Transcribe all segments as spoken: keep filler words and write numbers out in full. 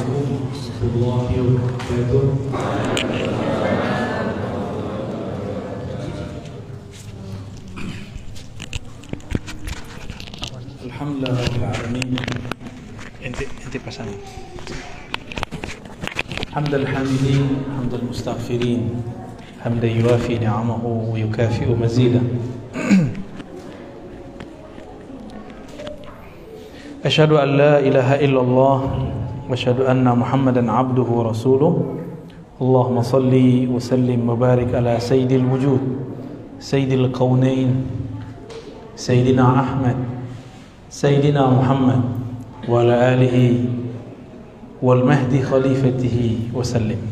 Assalamualaikum warahmatullahi wabarakatuh. Alhamdulillah rabbil alamin. Ente ente pasang. Hamdal hamidin, hamdal mustaghfirin, hamdan yuwafi ni'amahu wa yukafi'u mazida. Asyhadu an la ilaha illallah wa asyhadu anna Muhammadan abduhu wa rasuluh. Allahumma salli wa sallim wa barik ala sayyidil wujud, sayyidil qaunain, sayyidina Ahmad, sayyidina Muhammad wa ala alihi wal mahdi khalifatihi wa sallim.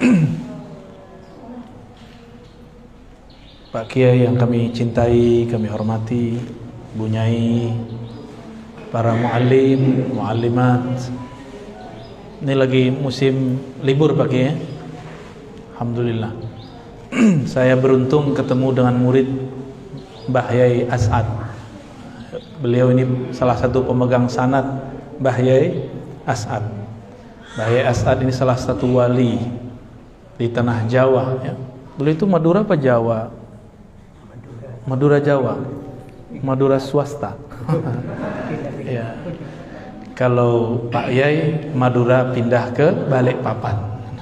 Pak Kiai yang kami cintai, kami hormati, Bu Nyai, para muallim, muallimat. Ini lagi musim libur Pak Kiai. Alhamdulillah. Saya beruntung ketemu dengan murid Mbah Yai As'ad. Beliau ini salah satu pemegang sanad Mbah Yai As'ad. Mbah Yai As'ad ini salah satu wali di tanah Jawa ya. Beliau itu Madura apa Jawa? Madura Jawa. Madura swasta. Ya. Kalau Pak Yai Madura pindah ke Balikpapan.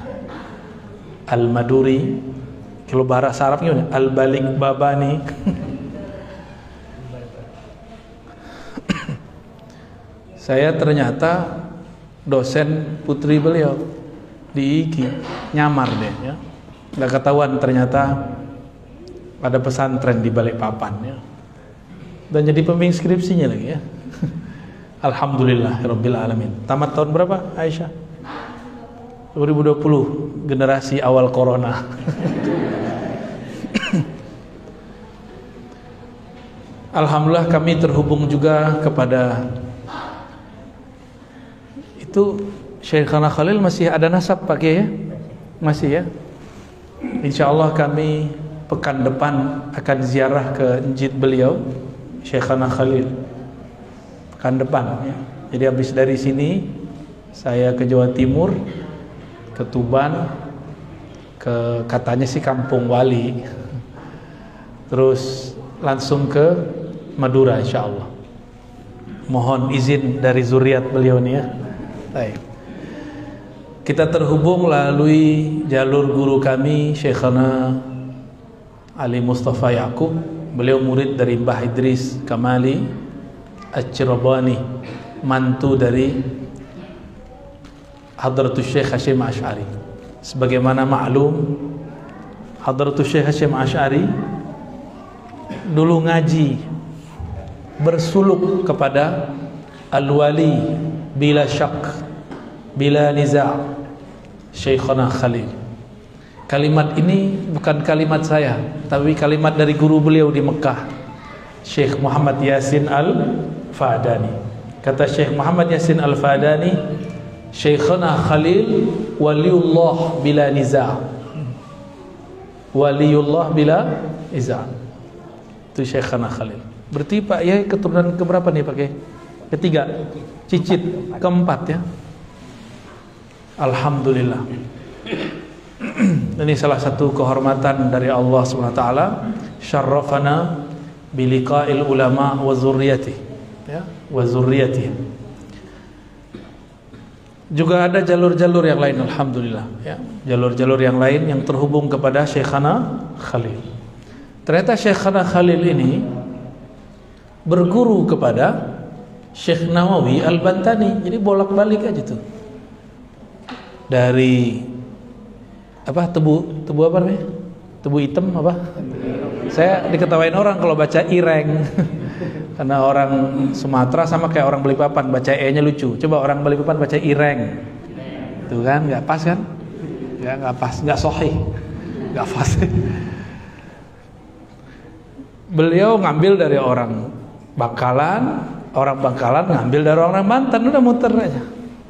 Al-Maduri. Kalau bahasa Arab gimana? Al-Balikbabani. Saya ternyata dosen putri beliau di I K I, nyamar deh ya. Nggak ketahuan ternyata ada pesantren di Balikpapan ya. Dan jadi pembimbing skripsinya lagi ya. Alhamdulillah rabbil alamin. Tamat tahun berapa Aisyah? dua ribu dua puluh, generasi awal corona. Alhamdulillah kami terhubung juga kepada itu Syekhana Khalil. Masih ada nasab Pak Kiai ya? Masih ya. Insyaallah kami pekan depan akan ziarah ke masjid beliau Syekhana Khalil pekan depan ya. Jadi habis dari sini saya ke Jawa Timur, ke Tuban, ke katanya sih Kampung Wali, terus langsung ke Madura insyaallah. Mohon izin dari zuriat beliau nih ya. Baik. Kita terhubung melalui jalur guru kami Syekhana Ali Mustafa Yaqub. Beliau murid dari Mbah Idris Kamali Al-Cirabani, mantu dari Hadratus Syekh Hasyim Asy'ari. Sebagaimana maklum, Hadratus Syekh Hasyim Asy'ari dulu ngaji bersuluk kepada Al-Wali bila syak, bila niza' Syekhana Khalil. Kalimat ini bukan kalimat saya, tapi kalimat dari guru beliau di Mekah, Syekh Muhammad Yasin Al-Fadani. Kata Syekh Muhammad Yasin Al-Fadani, Syekhana Khalil waliullah bila niza'. Waliullah bila niza'. Itu Syekhana Khalil. Berarti Pak Yai keturunan keberapa nih Pak Yai? Ketiga, cicit keempat ya. Alhamdulillah. Ini salah satu kehormatan dari Allah subhanahu wa taala, syarrafana biliqa'il ulama wa zurriyati ya, wa zurriyati. Juga ada jalur-jalur yang lain alhamdulillah ya. Jalur-jalur yang lain yang terhubung kepada Syekhana Khalil. Ternyata Syekhana Khalil ini berguru kepada Syekh Nawawi Al-Bantani. Jadi bolak-balik aja tuh. Dari apa tebu tebu apa namanya? Tebu hitam apa? Saya diketawain orang kalau baca ireng. Karena orang Sumatera sama kayak orang Balikpapan baca e-nya lucu. Coba orang Balikpapan baca ireng. Tuh kan nggak pas kan? Nggak nggak pas, nggak sahih. Nggak pas. Beliau ngambil dari orang Bangkalan, orang Bangkalan ngambil dari orang Banten, udah muter aja.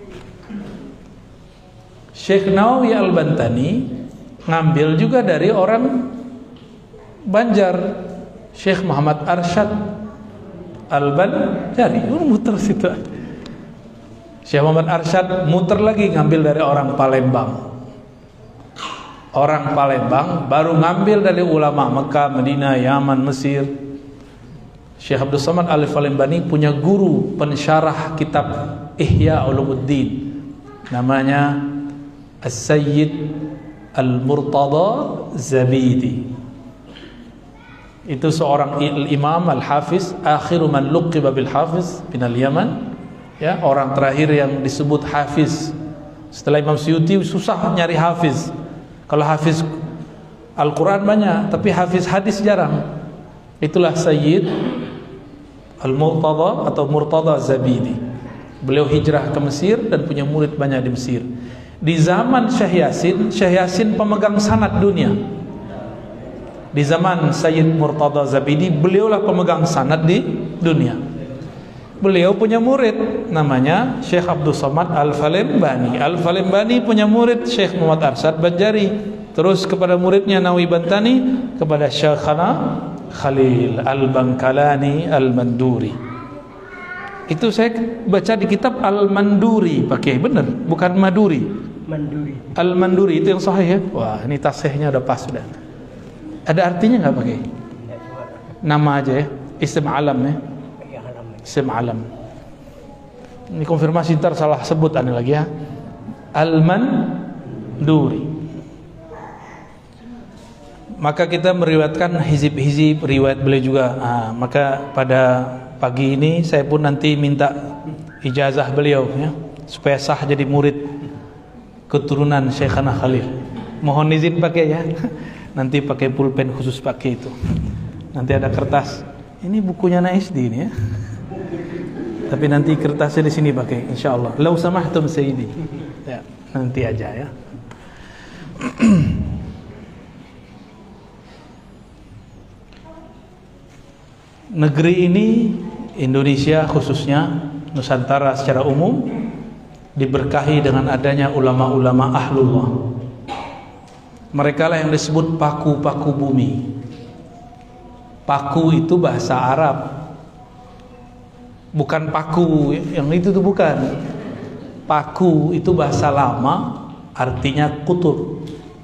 Syekh Nawawi Al-Bantani ngambil juga dari orang Banjar, Syekh Muhammad Arsyad Al-Banjari, udah muter situ. Syekh Muhammad Arsyad muter lagi ngambil dari orang Palembang. Orang Palembang baru ngambil dari ulama Mekah, Madinah, Yaman, Mesir. Syekh Abdul Somad Al-Falembani punya guru pensyarah kitab Ihya Ulumuddin, namanya As-Sayyid Al-Murtada Zabidi. Itu seorang imam al-hafiz, akhiru man luqiba bil hafiz minal Yaman, ya, orang terakhir yang disebut hafiz. Setelah Imam Suyuti susah nyari hafiz. Kalau hafiz Al-Quran banyak, tapi hafiz hadis jarang. Itulah Sayyid Al-Murtada atau Murtada Zabidi. Beliau hijrah ke Mesir dan punya murid banyak di Mesir. Di zaman Syekh Yasin, Syekh Yasin pemegang sanad dunia. Di zaman Sayyid Murtada Zabidi, beliaulah pemegang sanad di dunia. Beliau punya murid namanya Syekh Abdul Somad Al-Falembani. Al-Falembani punya murid Syekh Muhammad Arsyad Banjari. Terus kepada muridnya Nawawi Bantani, kepada Syekhana Khalil Al-Bangkalani Al-Manduri. Itu saya baca di kitab Al-Manduri, pakai benar, bukan Maduri. Manduri. Al-Manduri itu yang sahih ya. Wah, ini tasihnya udah pas sudah. Ada artinya nggak pakai? Nama aja ya, isim alam ya. Isim alam. Ini konfirmasi ntar salah sebut ane lagi ya. Al-Manduri. Maka kita meriwayatkan hizib-hizib riwayat beliau juga. Nah, maka pada pagi ini saya pun nanti minta ijazah beliau ya, supaya sah jadi murid keturunan Syekhana Khalil. Mohon izin pakai ya. Nanti pakai pulpen khusus pakai itu. Nanti ada kertas. Ini bukunya Naisdi ini ya. Tapi nanti kertasnya di sini pakai, insyaallah. Lau samahtum sayyidi. Ya, nanti aja ya. Negeri ini, Indonesia khususnya, Nusantara secara umum, diberkahi dengan adanya ulama-ulama ahlullah. Mereka lah yang disebut paku-paku bumi. Paku itu bahasa Arab, bukan paku yang itu tuh, bukan. Paku itu bahasa lama, artinya kutub.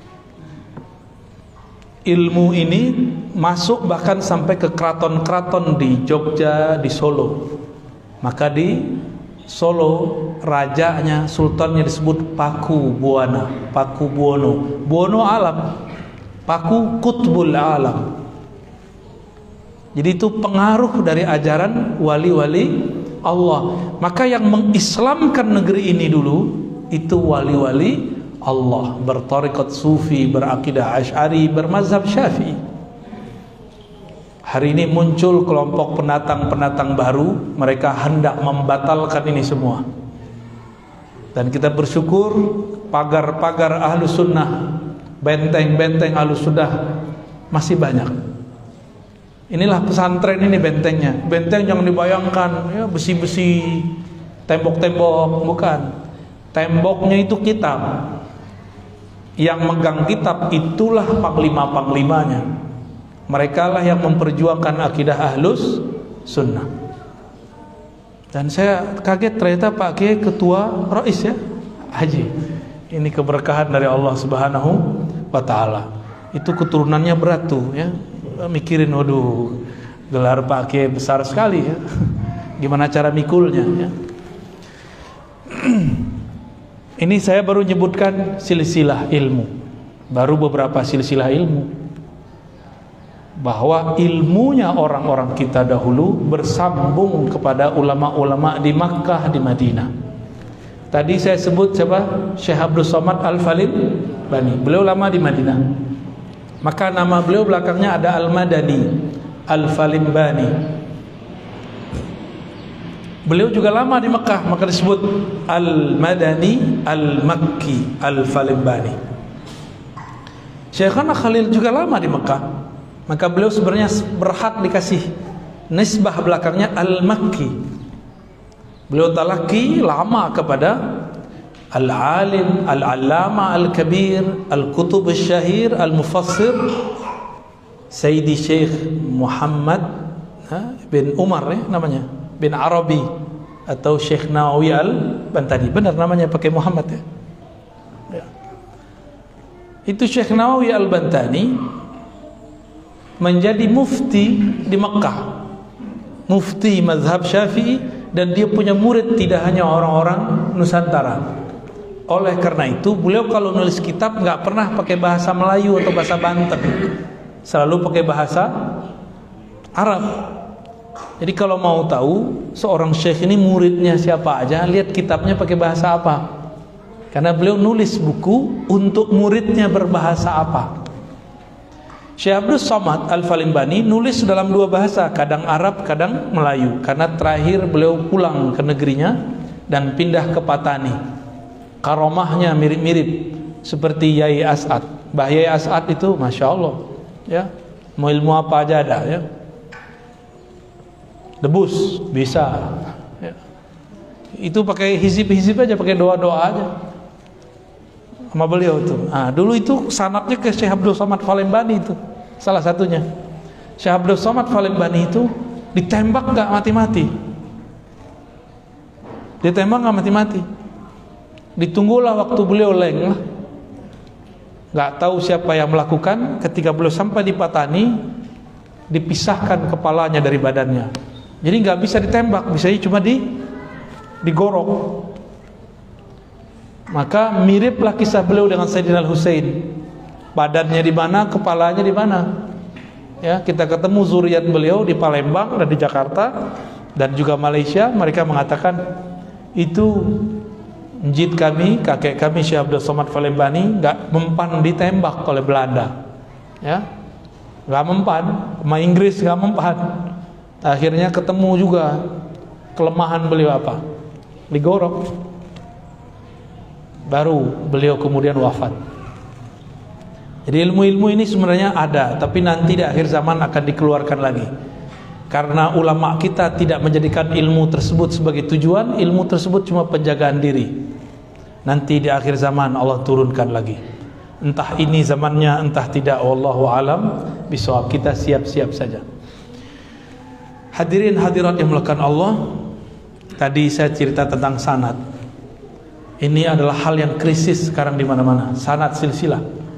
Ilmu ini masuk bahkan sampai ke keraton-keraton di Jogja, di Solo. Maka di Solo rajanya, sultannya disebut Paku Buwana, Paku Buwono. Buwono alam, Paku Kutbul alam. Jadi itu pengaruh dari ajaran wali-wali Allah. Maka yang mengislamkan negeri ini dulu itu wali-wali Allah, bertarikat sufi, berakidah Asy'ari, bermazhab Syafi'i. Hari ini muncul kelompok pendatang-pendatang baru, mereka hendak membatalkan ini semua. Dan kita bersyukur pagar-pagar ahlu sunnah, benteng-benteng ahlu sunnah masih banyak. Inilah pesantren ini bentengnya. Benteng jangan dibayangkan ya besi-besi, tembok-tembok, bukan. Temboknya itu kitab. Yang megang kitab itulah panglima-panglimanya. Mereka lah yang memperjuangkan akidah ahlus sunnah. Dan saya kaget ternyata Pak Kiai ketua Rais ya, Haji. Ini keberkahan dari Allah Subhanahu wa taala. Itu keturunannya berat tuh ya. Mikirin, waduh, gelar Pak Kiai besar sekali ya. Gimana cara mikulnya ya. Ini saya baru nyebutkan silsilah ilmu. Baru beberapa silsilah ilmu. Bahwa ilmunya orang-orang kita dahulu bersambung kepada ulama-ulama di Makkah, di Madinah. Tadi saya sebut siapa? Syekh Abdul Somad Al-Falembani. Beliau lama di Madinah. Maka nama beliau belakangnya ada Al-Madani, Al-Falembani. Beliau juga lama di Mekah, maka disebut Al-Madani Al-Makki Al-Falembani. Syekhana Khalil juga lama di Mekah, maka beliau sebenarnya berhak dikasih nisbah belakangnya Al-Makki. Beliau talaki lama kepada Al-Alim, Al-Allama, Al-Kabir, Al-Kutub Al-Syahir, Al-Mufassir Sayyidi Syekh Muhammad ha, bin Umar ya, namanya bin Arabi atau Syekh Nawawi Al-Bantani. Benar namanya pakai Muhammad ya. Ya. Itu Syekh Nawawi Al-Bantani menjadi mufti di Mekah, mufti mazhab Syafi'i, dan dia punya murid tidak hanya orang-orang Nusantara. Oleh karena itu beliau kalau nulis kitab nggak pernah pakai bahasa Melayu atau bahasa Banten, selalu pakai bahasa Arab. Jadi kalau mau tahu seorang syekh ini muridnya siapa aja, lihat kitabnya pakai bahasa apa, karena beliau nulis buku untuk muridnya berbahasa apa. Syekh Abdul Somad Al-Falimbani nulis dalam dua bahasa, kadang Arab, kadang Melayu, karena terakhir beliau pulang ke negerinya dan pindah ke Patani. Karomahnya mirip-mirip seperti Yai As'ad. Mbah Yai As'ad itu Masya Allah ya, mau ilmu apa aja ada ya, debus bisa ya. Itu pakai hizib-hizib aja, pakai doa-doa aja sama beliau tuh. Nah, dulu itu sanadnya ke Syekh Abdul Somad Falimbani itu salah satunya. Syekh Abdul Somad Falimbani itu ditembak nggak mati-mati, ditembak nggak mati-mati. Ditunggulah waktu beliau leng lah, nggak tahu siapa yang melakukan. Ketika beliau sampai di Patani, dipisahkan kepalanya dari badannya, jadi nggak bisa ditembak, bisa cuma di digorok. Maka miriplah kisah beliau dengan Sayyidina Al-Husain. Badannya di mana, kepalanya di mana. Ya, kita ketemu zuriat beliau di Palembang dan di Jakarta dan juga Malaysia. Mereka mengatakan itu njid kami, kakek kami Syekh Abdul Somad Falimbani nggak mempan ditembak oleh Belanda. Ya, nggak mempan, sama Inggris nggak mempan. Akhirnya ketemu juga kelemahan beliau apa? Digorok. Baru beliau kemudian wafat. Jadi ilmu-ilmu ini sebenarnya ada, tapi nanti di akhir zaman akan dikeluarkan lagi. Karena ulama kita tidak menjadikan ilmu tersebut sebagai tujuan, ilmu tersebut cuma penjagaan diri. Nanti di akhir zaman Allah turunkan lagi. Entah ini zamannya, entah tidak, wallahu alam bisawab. Kita siap-siap saja. Hadirin hadirat yang dimuliakan Allah, tadi saya cerita tentang sanad. Ini adalah hal yang krisis sekarang di mana-mana, sanad silsilah.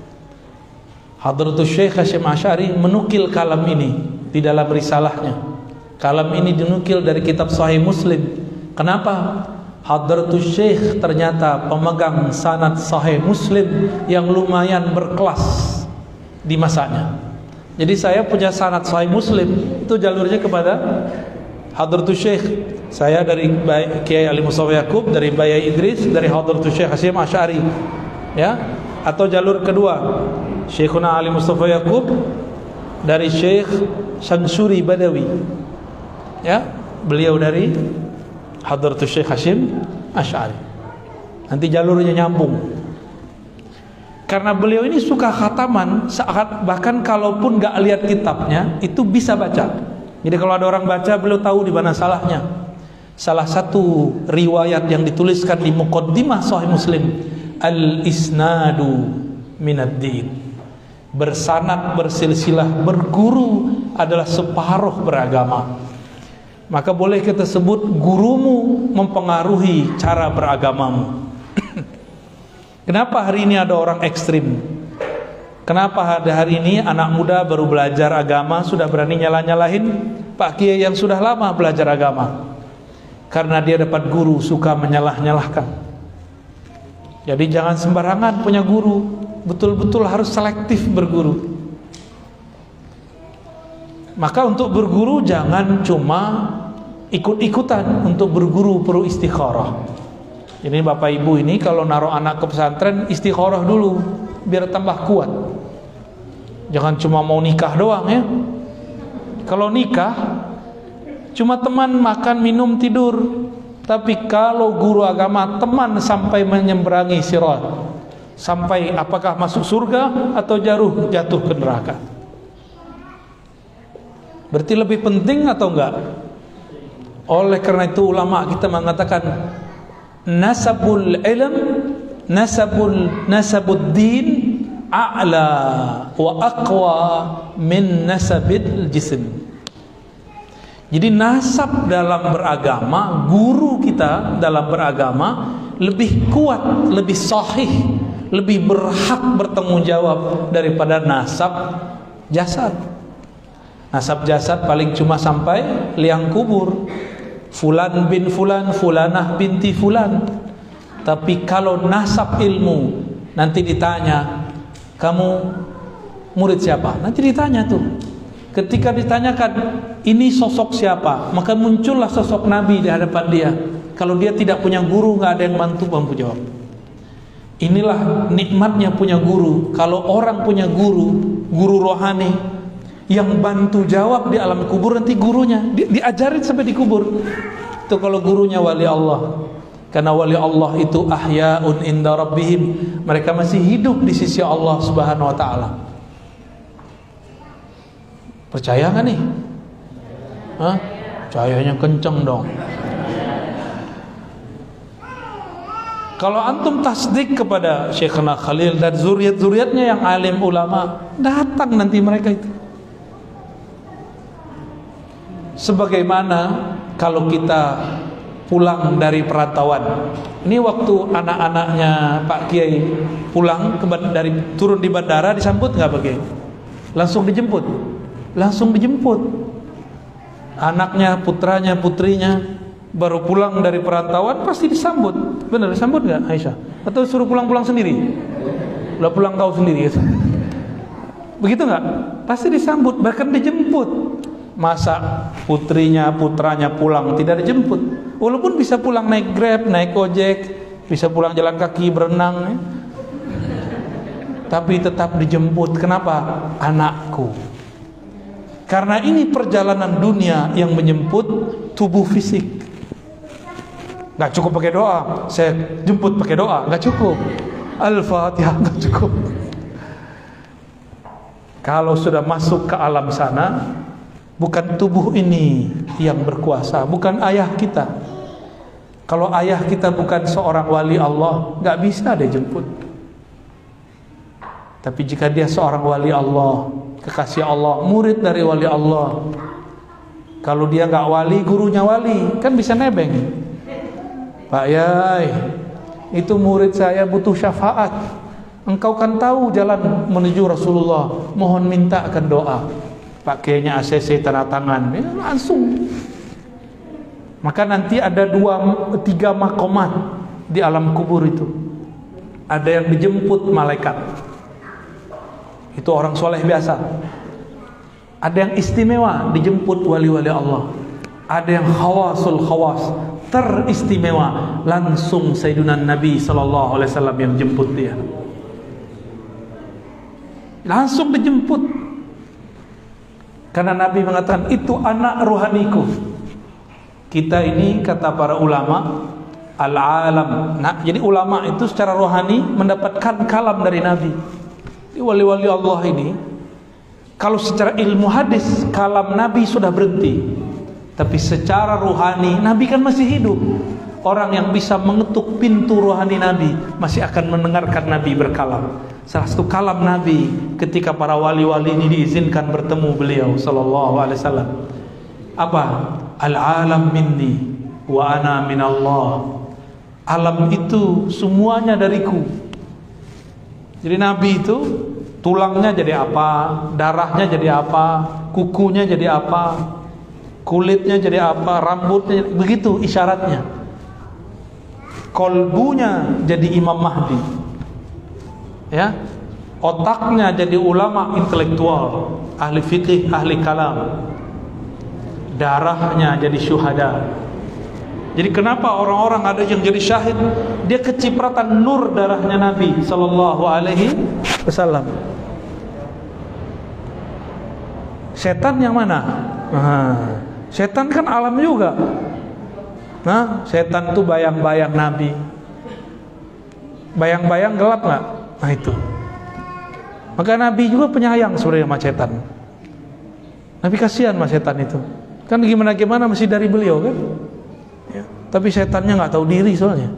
Hadratus Syekh Hasyim Asy'ari menukil kalam ini di dalam risalahnya. Kalam ini dinukil dari kitab Sahih Muslim. Kenapa? Hadratus Syekh ternyata pemegang sanad Sahih Muslim yang lumayan berkelas di masanya. Jadi saya punya sanad Sahih Muslim, itu jalurnya kepada Hadratus Syekh. Saya dari Kiai Ali Mustafa Yaqub, dari Bayai Idris, dari Hadratus Syekh Hasyim Asy'ari. Ya, atau jalur kedua Syekhuna Ali Mustafa Yaqub dari Syekh Syamsuri Badawi. Ya, beliau dari Hadratus Syekh Hasyim Asy'ari. Nanti jalurnya nyambung. Karena beliau ini suka khataman, saat bahkan kalaupun nggak lihat kitabnya itu bisa baca. Jadi kalau ada orang baca, beliau tahu di mana salahnya. Salah satu riwayat yang dituliskan di Muqaddimah Sahih Muslim, al-isnadu minad-din. Bersanad, bersilsilah, berguru adalah separuh beragama. Maka boleh kita sebut gurumu mempengaruhi cara beragamamu. Kenapa hari ini ada orang ekstrim? Kenapa ada hari ini anak muda baru belajar agama sudah berani nyalah-nyalahin Pak Kiai yang sudah lama belajar agama? Karena dia dapat guru suka menyalah-nyalahkan. Jadi jangan sembarangan punya guru, betul-betul harus selektif berguru. Maka untuk berguru jangan cuma ikut-ikutan. Untuk berguru perlu istikharah. Jadi bapak ibu ini kalau naruh anak ke pesantren, istikharah dulu biar tambah kuat. Jangan cuma mau nikah doang ya. Kalau nikah cuma teman makan minum tidur. Tapi kalau guru agama teman sampai menyeberangi sirat, sampai apakah masuk surga atau jatuh jatuh ke neraka. Berarti lebih penting atau enggak? Oleh karena itu ulama kita mengatakan nasabul ilm, nasabul nasabud din a'la wa aqwa min nasabil jism. Jadi nasab dalam beragama, guru kita dalam beragama lebih kuat, lebih sahih, lebih berhak bertanggung jawab daripada nasab jasad. Nasab jasad paling cuma sampai liang kubur, fulan bin fulan, fulanah binti fulan. Tapi kalau nasab ilmu, nanti ditanya, kamu murid siapa? Nanti ditanya tuh. Ketika ditanyakan, ini sosok siapa? Maka muncullah sosok Nabi di hadapan dia. Kalau dia tidak punya guru, nggak ada yang bantu bantu jawab. Inilah nikmatnya punya guru. Kalau orang punya guru, guru rohani, yang bantu jawab di alam kubur, nanti gurunya di, diajarin sampai di kubur. Itu kalau gurunya wali Allah. Karena wali Allah itu ahya'un inda rabbihim. Mereka masih hidup di sisi Allah Subhanahu wa ta'ala. Percaya nggak nih? Hah? Cahayanya kenceng dong. Kalau antum tasdik kepada Syekhna Khalil dan zuriat-zuriatnya yang alim ulama, datang nanti mereka itu. Sebagaimana kalau kita pulang dari perantauan. Ini waktu anak-anaknya Pak Kiai pulang ke, dari turun di bandara, disambut nggak Pak Kiai? Langsung dijemput. Langsung dijemput. Anaknya, putranya, putrinya baru pulang dari perantauan pasti disambut. Benar disambut nggak Aisyah? Atau suruh pulang-pulang sendiri? Udah pulang kau sendiri gitu. Begitu nggak? Pasti disambut, bahkan dijemput. Masa putrinya, putranya pulang tidak dijemput? Walaupun bisa pulang naik Grab, naik ojek, bisa pulang jalan kaki, berenang ya. Tapi tetap dijemput. Kenapa? Anakku. Karena ini perjalanan dunia yang menjemput tubuh fisik. Gak cukup pakai doa. Saya jemput pakai doa, gak cukup. Al-Fatihah gak cukup. Kalau sudah masuk ke alam sana, bukan tubuh ini yang berkuasa, bukan ayah kita. Kalau ayah kita bukan seorang wali Allah, gak bisa dia jemput. Tapi jika dia seorang wali Allah, kekasih Allah, murid dari wali Allah, kalau dia nggak wali, gurunya wali, kan bisa nebeng. Pak Yai, itu murid saya butuh syafaat. Engkau kan tahu jalan menuju Rasulullah, mohon mintakan doa. Pakainya A C C tanda tangan, ya, langsung. Maka nanti ada dua, tiga makomat di alam kubur itu. Ada yang dijemput malaikat. Itu orang soleh biasa. Ada yang istimewa, dijemput wali-wali Allah. Ada yang khawasul khawas, teristimewa, langsung Sayyidina Nabi sallallahu alaihi wasallam yang jemput dia. Langsung dijemput. Karena Nabi mengatakan, itu anak rohaniku. Kita ini, kata para ulama, al-alam. Nah, jadi ulama itu secara rohani mendapatkan kalam dari Nabi. Wali-wali Allah ini, kalau secara ilmu hadis kalam Nabi sudah berhenti, tapi secara rohani Nabi kan masih hidup. Orang yang bisa mengetuk pintu rohani Nabi masih akan mendengarkan Nabi berkalam. Salah satu kalam Nabi ketika para wali-wali ini diizinkan bertemu beliau sallallahu alaihi wasallam, apa? Al-alam minni wa ana minallah. Alam itu semuanya dariku. Jadi Nabi itu tulangnya jadi apa, darahnya jadi apa, kukunya jadi apa, kulitnya jadi apa, rambutnya jadi, begitu isyaratnya. Kolbunya jadi Imam Mahdi, ya, otaknya jadi ulama intelektual, ahli fikih, ahli kalam, darahnya jadi syuhada. Jadi kenapa orang-orang ada yang jadi syahid? Dia kecipratan nur darahnya Nabi sallallahu alaihi wasallam. Setan yang mana? Nah, setan kan alam juga. Nah, setan itu bayang-bayang Nabi. Bayang-bayang gelap nggak? Nah itu. Maka Nabi juga penyayang sebenarnya sama setan. Nabi kasihan sama setan itu. Kan gimana-gimana masih dari beliau kan? Ya. Tapi setannya nggak tahu diri soalnya.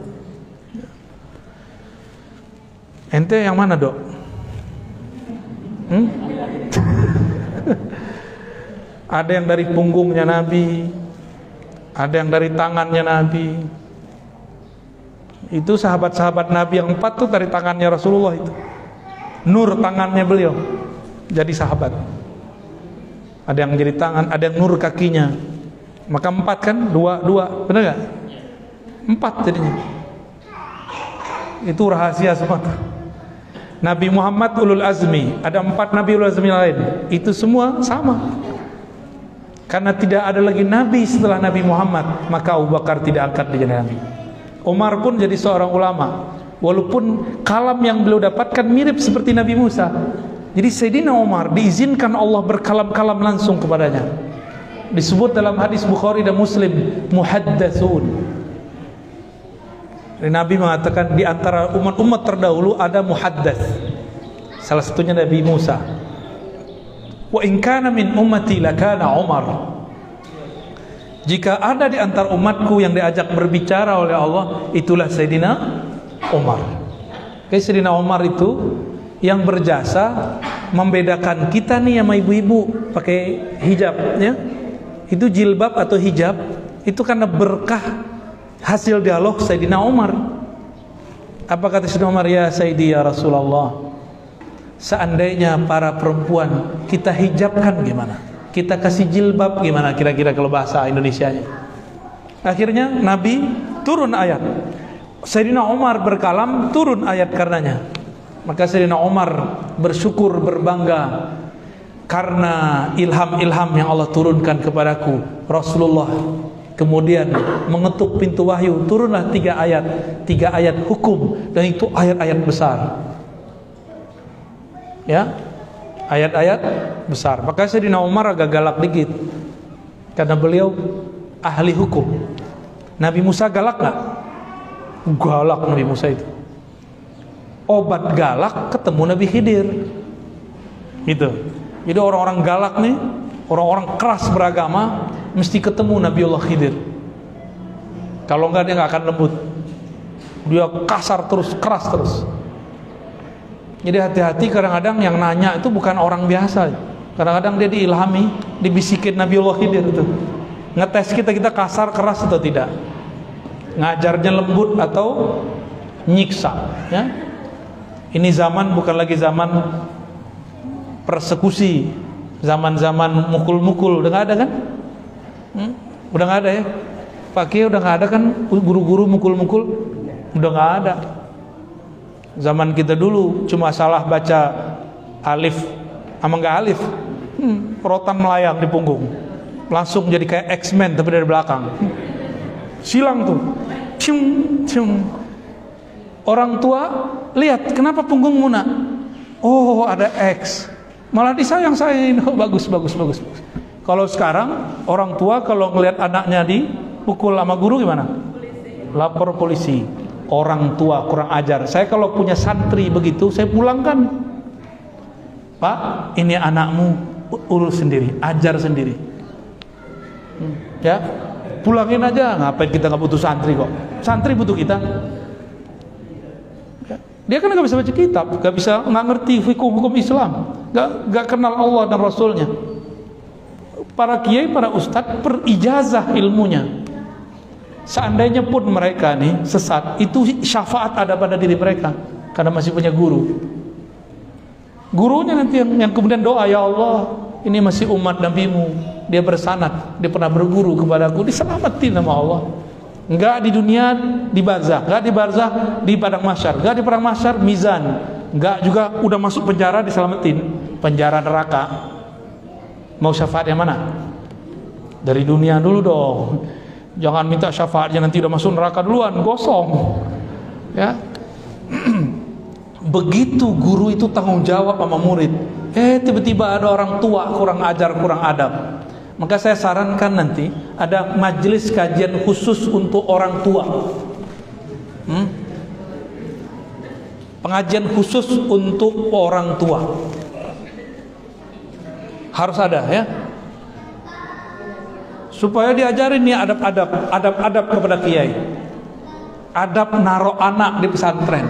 Ente yang mana dok? Hmm? Ada yang dari punggungnya Nabi, ada yang dari tangannya Nabi. Itu sahabat-sahabat Nabi yang empat tuh dari tangannya Rasulullah itu. Nur tangannya beliau jadi sahabat. Ada yang jadi tangan, ada yang nur kakinya. Maka empat kan, dua, dua, benar gak? Empat jadinya. Itu rahasia semua tuh. Nabi Muhammad ulul azmi, ada empat Nabi ulul azmi lain. Itu semua sama. Karena tidak ada lagi Nabi setelah Nabi Muhammad, maka Abu Bakar tidak angkat jadi Nabi. Umar pun jadi seorang ulama, walaupun kalam yang beliau dapatkan mirip seperti Nabi Musa. Jadi Sayyidina Umar diizinkan Allah berkalam-kalam langsung kepadanya. Disebut dalam hadis Bukhari dan Muslim, muhaddatsun. Nabi mengatakan di antara umat-umat terdahulu ada muhaddats. Salah satunya Nabi Musa. Wa in kana min ummati lakana Umar. Jika ada di antara umatku yang diajak berbicara oleh Allah, itulah Sayyidina Umar. Oke, Sayyidina Umar itu yang berjasa membedakan kita nih sama ibu-ibu pakai hijab, ya. Itu jilbab atau hijab itu karena berkah hasil dialog Sayyidina Umar. Apa kata Sayyidina Umar? Ya Sayyidi ya Rasulullah, seandainya para perempuan kita hijabkan gimana? Kita kasih jilbab gimana kira-kira kalau bahasa Indonesianya? Akhirnya Nabi turun ayat. Sayyidina Umar berkalam, turun ayat karenanya. Maka Sayyidina Umar bersyukur, berbangga karena ilham-ilham yang Allah turunkan kepadaku. Rasulullah kemudian mengetuk pintu wahyu, turunlah tiga ayat, tiga ayat hukum, dan itu ayat-ayat besar. Ya, ayat-ayat besar. Maka Sayyidina Umar agak galak dikit karena beliau ahli hukum. Nabi Musa galak gak? Galak Nabi Musa itu. Obat galak ketemu Nabi Khidir. Gitu. Jadi orang-orang galak nih, orang-orang keras beragama, mesti ketemu Nabiullah Khidir. Kalau enggak dia nggak akan lembut. Dia kasar terus, keras terus. Jadi hati-hati, kadang-kadang yang nanya itu bukan orang biasa. Kadang-kadang dia diilhami, dibisikin Nabiullah Khidir itu. Ngetes kita, kita kasar, keras atau tidak. Ngajarnya lembut atau nyiksa, ya. Ini zaman bukan lagi zaman persekusi, zaman-zaman mukul-mukul. Udah nggak ada kan? Hmm? Udah nggak ada ya? Pak Kiai udah nggak ada kan? Guru-guru mukul-mukul udah nggak ada. Zaman kita dulu cuma salah baca alif sama nggak alif, hmm, rotan melayang di punggung, langsung jadi kayak X-Men tapi dari belakang. Silang tuh, cium, cium. Orang tua lihat, kenapa punggungmu nak? Oh ada X, malah disayang sayain. Oh, bagus bagus bagus. Kalau sekarang orang tua kalau ngelihat anaknya dipukul sama guru gimana? Lapor polisi. Orang tua kurang ajar. Saya kalau punya santri begitu, saya pulangkan. Pak, ini anakmu, urus sendiri, ajar sendiri. Hmm, ya, pulangin aja. Ngapain kita nggak butuh santri kok? Santri butuh kita. Dia kan nggak bisa baca kitab, nggak bisa, nggak ngerti hukum-hukum Islam, nggak nggak kenal Allah dan Rasulnya. Para kiai, para ustadz perijazah ilmunya. Seandainya pun mereka nih sesat, itu syafaat ada pada diri mereka karena masih punya guru. Gurunya nanti yang, yang kemudian doa, ya Allah, ini masih umat Nabi-Mu, dia bersanad, dia pernah berguru kepadaku, diselamatin sama Allah. Enggak di dunia, di barzakh, enggak di barzakh, di padang mahsyar, enggak di padang mahsyar, mizan, enggak juga udah masuk penjara diselamatin, penjara neraka. Mau syafaat yang mana? Dari dunia dulu dong. Jangan minta syafaatnya nanti udah masuk neraka duluan, gosong. Ya. Begitu guru itu tanggung jawab sama murid. Eh tiba-tiba ada orang tua kurang ajar, kurang adab. Maka saya sarankan nanti ada majelis kajian khusus untuk orang tua. Hmm? Pengajian khusus untuk orang tua. Harus ada ya. Supaya diajarin nih adab-adab, adab-adab kepada kiai. Adab naruh anak di pesantren.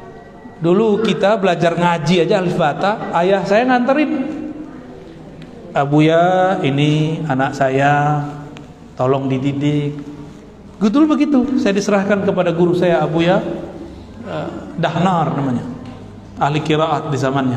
Dulu kita belajar ngaji aja alif bata, ayah saya nganterin. Abuya, ini anak saya, tolong dididik. Betul begitu. Saya diserahkan kepada guru saya, Abuya uh, Dahnar namanya, ahli qiraat di zamannya.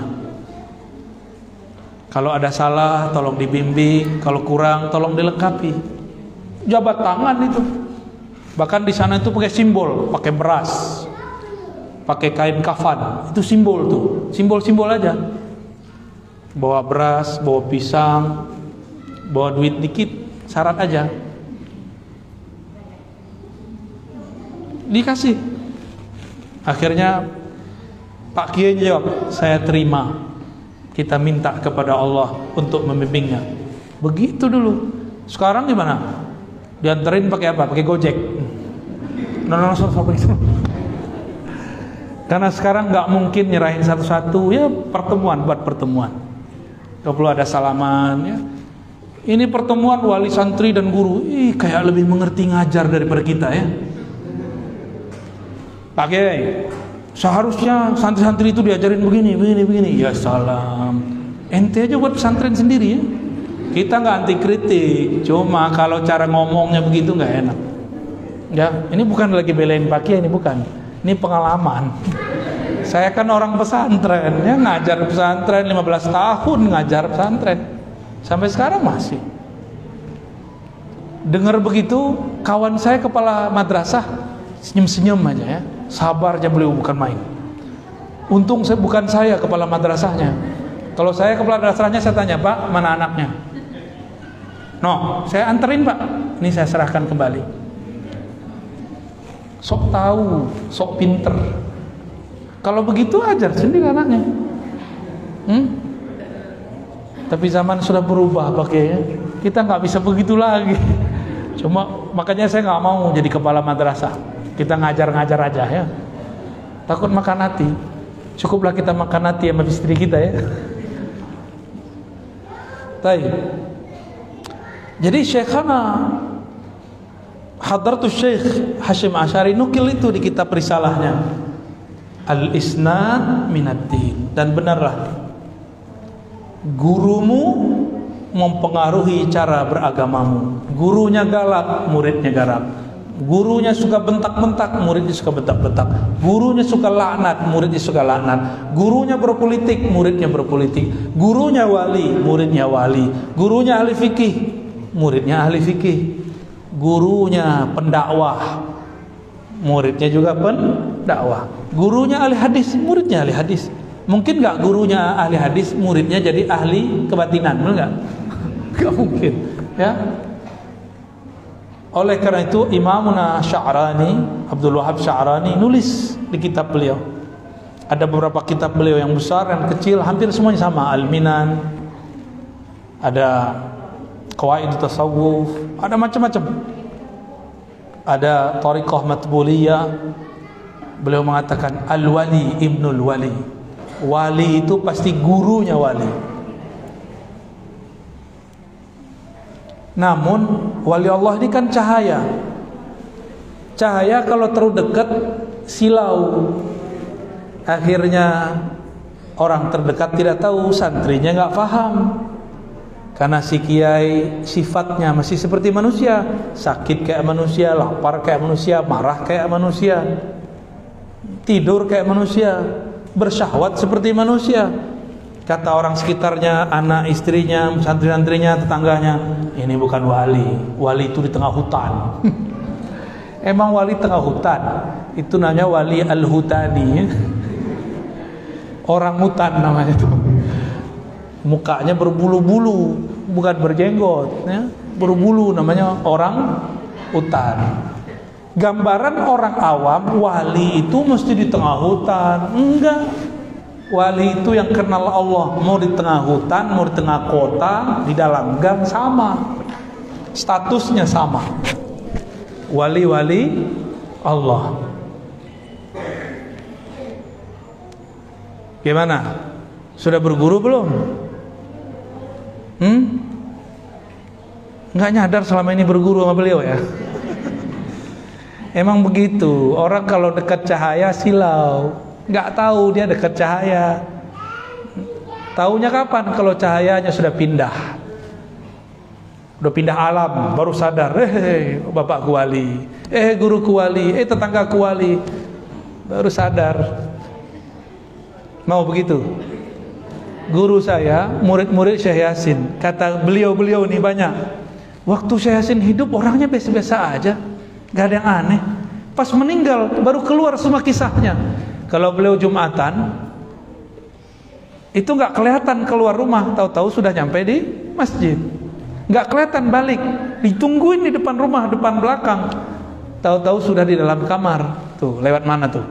Kalau ada salah tolong dibimbing, kalau kurang tolong dilengkapi. Jabat tangan itu. Bahkan di sana itu pakai simbol, pakai beras, pakai kain kafan. Itu simbol tuh, simbol-simbol aja. Bawa beras, bawa pisang, bawa duit dikit, syarat aja. Dikasih. Akhirnya Pak Kiai jawab, saya terima. Kita minta kepada Allah untuk membimbingnya. Begitu dulu. Sekarang gimana? Dianterin pakai apa? Pakai Gojek. Nah, langsung sampai itu. Karena sekarang nggak mungkin nyerahin satu-satu, ya pertemuan buat pertemuan. Kalau perlu ada salaman, ya. Ini pertemuan wali santri dan guru, ih kayak lebih mengerti ngajar daripada kita ya. Pak Kiai, seharusnya santri-santri itu diajarin begini, begini, begini. Ya salam. Ente aja buat pesantren sendiri ya. Kita nggak anti kritik, cuma kalau cara ngomongnya begitu nggak enak. Ya, ini bukan lagi belain Pak Kiai, ini bukan. Ini pengalaman. Saya kan orang pesantren, ya ngajar pesantren lima belas tahun ngajar pesantren. Sampai sekarang masih. Dengar begitu, kawan saya kepala madrasah senyum-senyum aja ya. Sabar aja beliau, bukan main. Untung saya bukan saya kepala madrasahnya. Kalau saya kepala madrasahnya, saya tanya, Pak, mana anaknya? No, saya anterin Pak. Ini saya serahkan kembali. Sok tahu, sok pinter. Kalau begitu ajar sendiri anaknya. Hmm? Tapi zaman sudah berubah pakainya. Kita nggak bisa begitu lagi. Cuma makanya saya nggak mau jadi kepala madrasah. Kita ngajar-ngajar aja ya. Takut makan hati. Cukuplah kita makan hati sama istri kita ya. Baik. Jadi Syekhana Hadratus Syekh Hasyim Asy'ari nukil itu di kitab risalahnya Al-Isnad Minad-Din. Dan benarlah, gurumu mempengaruhi cara beragamamu. Gurunya galak, muridnya garap. Gurunya suka bentak-bentak, muridnya suka bentak-bentak. Gurunya suka laknat, muridnya suka laknat. Gurunya berpolitik, muridnya berpolitik. Gurunya wali, muridnya wali. Gurunya ahli fikih, muridnya ahli fikih. Gurunya pendakwah, muridnya juga pendakwah. Gurunya ahli hadis, muridnya ahli hadis. Mungkin nggak gurunya ahli hadis, muridnya jadi ahli kebatinan, benar nggak? Nggak mungkin, ya. Oleh karena itu Imamuna Sya'rani, Abdul Wahab Sya'rani nulis di kitab beliau. Ada beberapa kitab beliau yang besar dan kecil, hampir semuanya sama. Al-Minan, ada Qawaid Tasawuf, ada macam-macam. Ada Thariqah Matbuliyah. Beliau mengatakan Al-Wali Ibnul Wali. Wali itu pasti gurunya wali. Namun wali Allah ini kan cahaya. Cahaya kalau terlalu dekat silau. Akhirnya orang terdekat tidak tahu, santrinya nggak paham. Karena si kiai sifatnya masih seperti manusia, sakit kayak manusia, lapar kayak manusia, marah kayak manusia, tidur kayak manusia, bersyahwat seperti manusia. Kata orang sekitarnya, anak istrinya, santri-santrinya, tetangganya, ini bukan wali. Wali itu di tengah hutan. Emang wali tengah hutan? Itu namanya wali al-hutani. Orang hutan namanya itu. Mukanya berbulu-bulu, bukan berjenggot, ya. Berbulu, namanya orang hutan. Gambaran orang awam, wali itu mesti di tengah hutan. Enggak. Wali itu yang kenal Allah, mau di tengah hutan, mau di tengah kota, di dalam gang, sama. Statusnya sama. Wali-wali Allah. Gimana? Sudah berguru belum? Hmm? Nggak nyadar selama ini berguru sama beliau ya? Emang begitu. Orang kalau dekat cahaya silau. Nggak tahu dia dekat cahaya. Taunya kapan? Kalau cahayanya sudah pindah. Udah pindah alam, baru sadar, eh bapak wali, eh guru wali, eh tetangga wali, baru sadar. Mau begitu? Guru saya, murid-murid Syekh Yasin, kata beliau-beliau nih banyak, waktu Syekh Yasin hidup orangnya biasa-biasa aja, gak ada yang aneh. Pas meninggal baru keluar semua kisahnya. Kalau beliau Jumatan, itu gak kelihatan keluar rumah, tahu-tahu sudah nyampe di masjid. Nggak kelihatan balik, ditungguin di depan rumah, depan belakang, tahu-tahu sudah di dalam kamar. Tuh lewat mana tuh?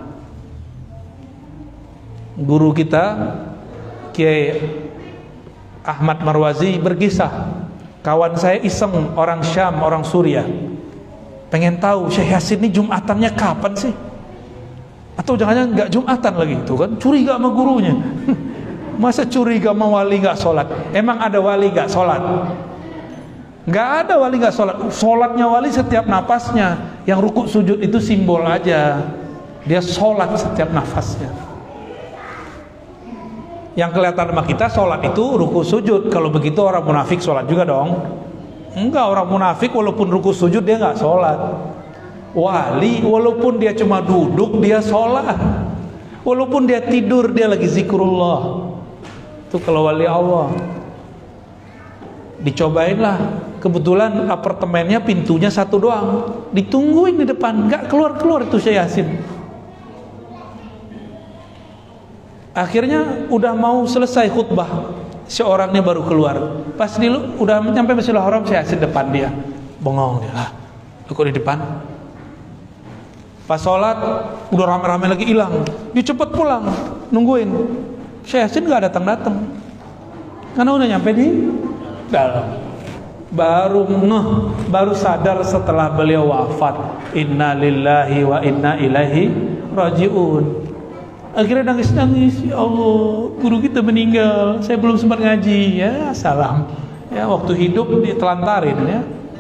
Guru kita Kiai Ahmad Marwazi berkisah, kawan saya iseng, orang Syam, orang Suriah, pengen tahu Syekh Yasin ini Jumatannya kapan sih? Atau jangan-jangan nggak Jumatan lagi? Tuh kan curiga sama gurunya. Masa curiga sama wali nggak sholat? Emang ada wali nggak sholat? Nggak ada wali nggak sholat. Sholatnya wali setiap napasnya. Yang rukuk sujud itu simbol aja. Dia sholat setiap nafasnya. Yang kelihatan sama kita sholat itu rukuk sujud. Kalau begitu orang munafik sholat juga dong. Enggak, orang munafik walaupun rukuk sujud dia nggak sholat. Wali walaupun dia cuma duduk dia sholat. Walaupun dia tidur dia lagi zikrullah. Itu kalau wali Allah. Dicobain lah. Kebetulan apartemennya pintunya satu doang, ditungguin di depan, nggak keluar-keluar itu Syekh Yasin. Akhirnya udah mau selesai khutbah, seorangnya baru keluar. Pas dulu udah nyampe Masjidil Haram, Syekh Yasin depan dia, bengong dia lah, lu kok di depan? Pas sholat udah rame-rame lagi hilang, dia cepet pulang, nungguin. Syekh Yasin nggak datang-datang, karena udah nyampe di dalam. Baru ngeh, baru sadar setelah beliau wafat, inna lillahi wa inna ilaihi rajiun. Akhirnya nangis-nangis, ya Allah, guru kita meninggal, saya belum sempat ngaji. Ya salam, ya waktu hidup ditelantarin ya.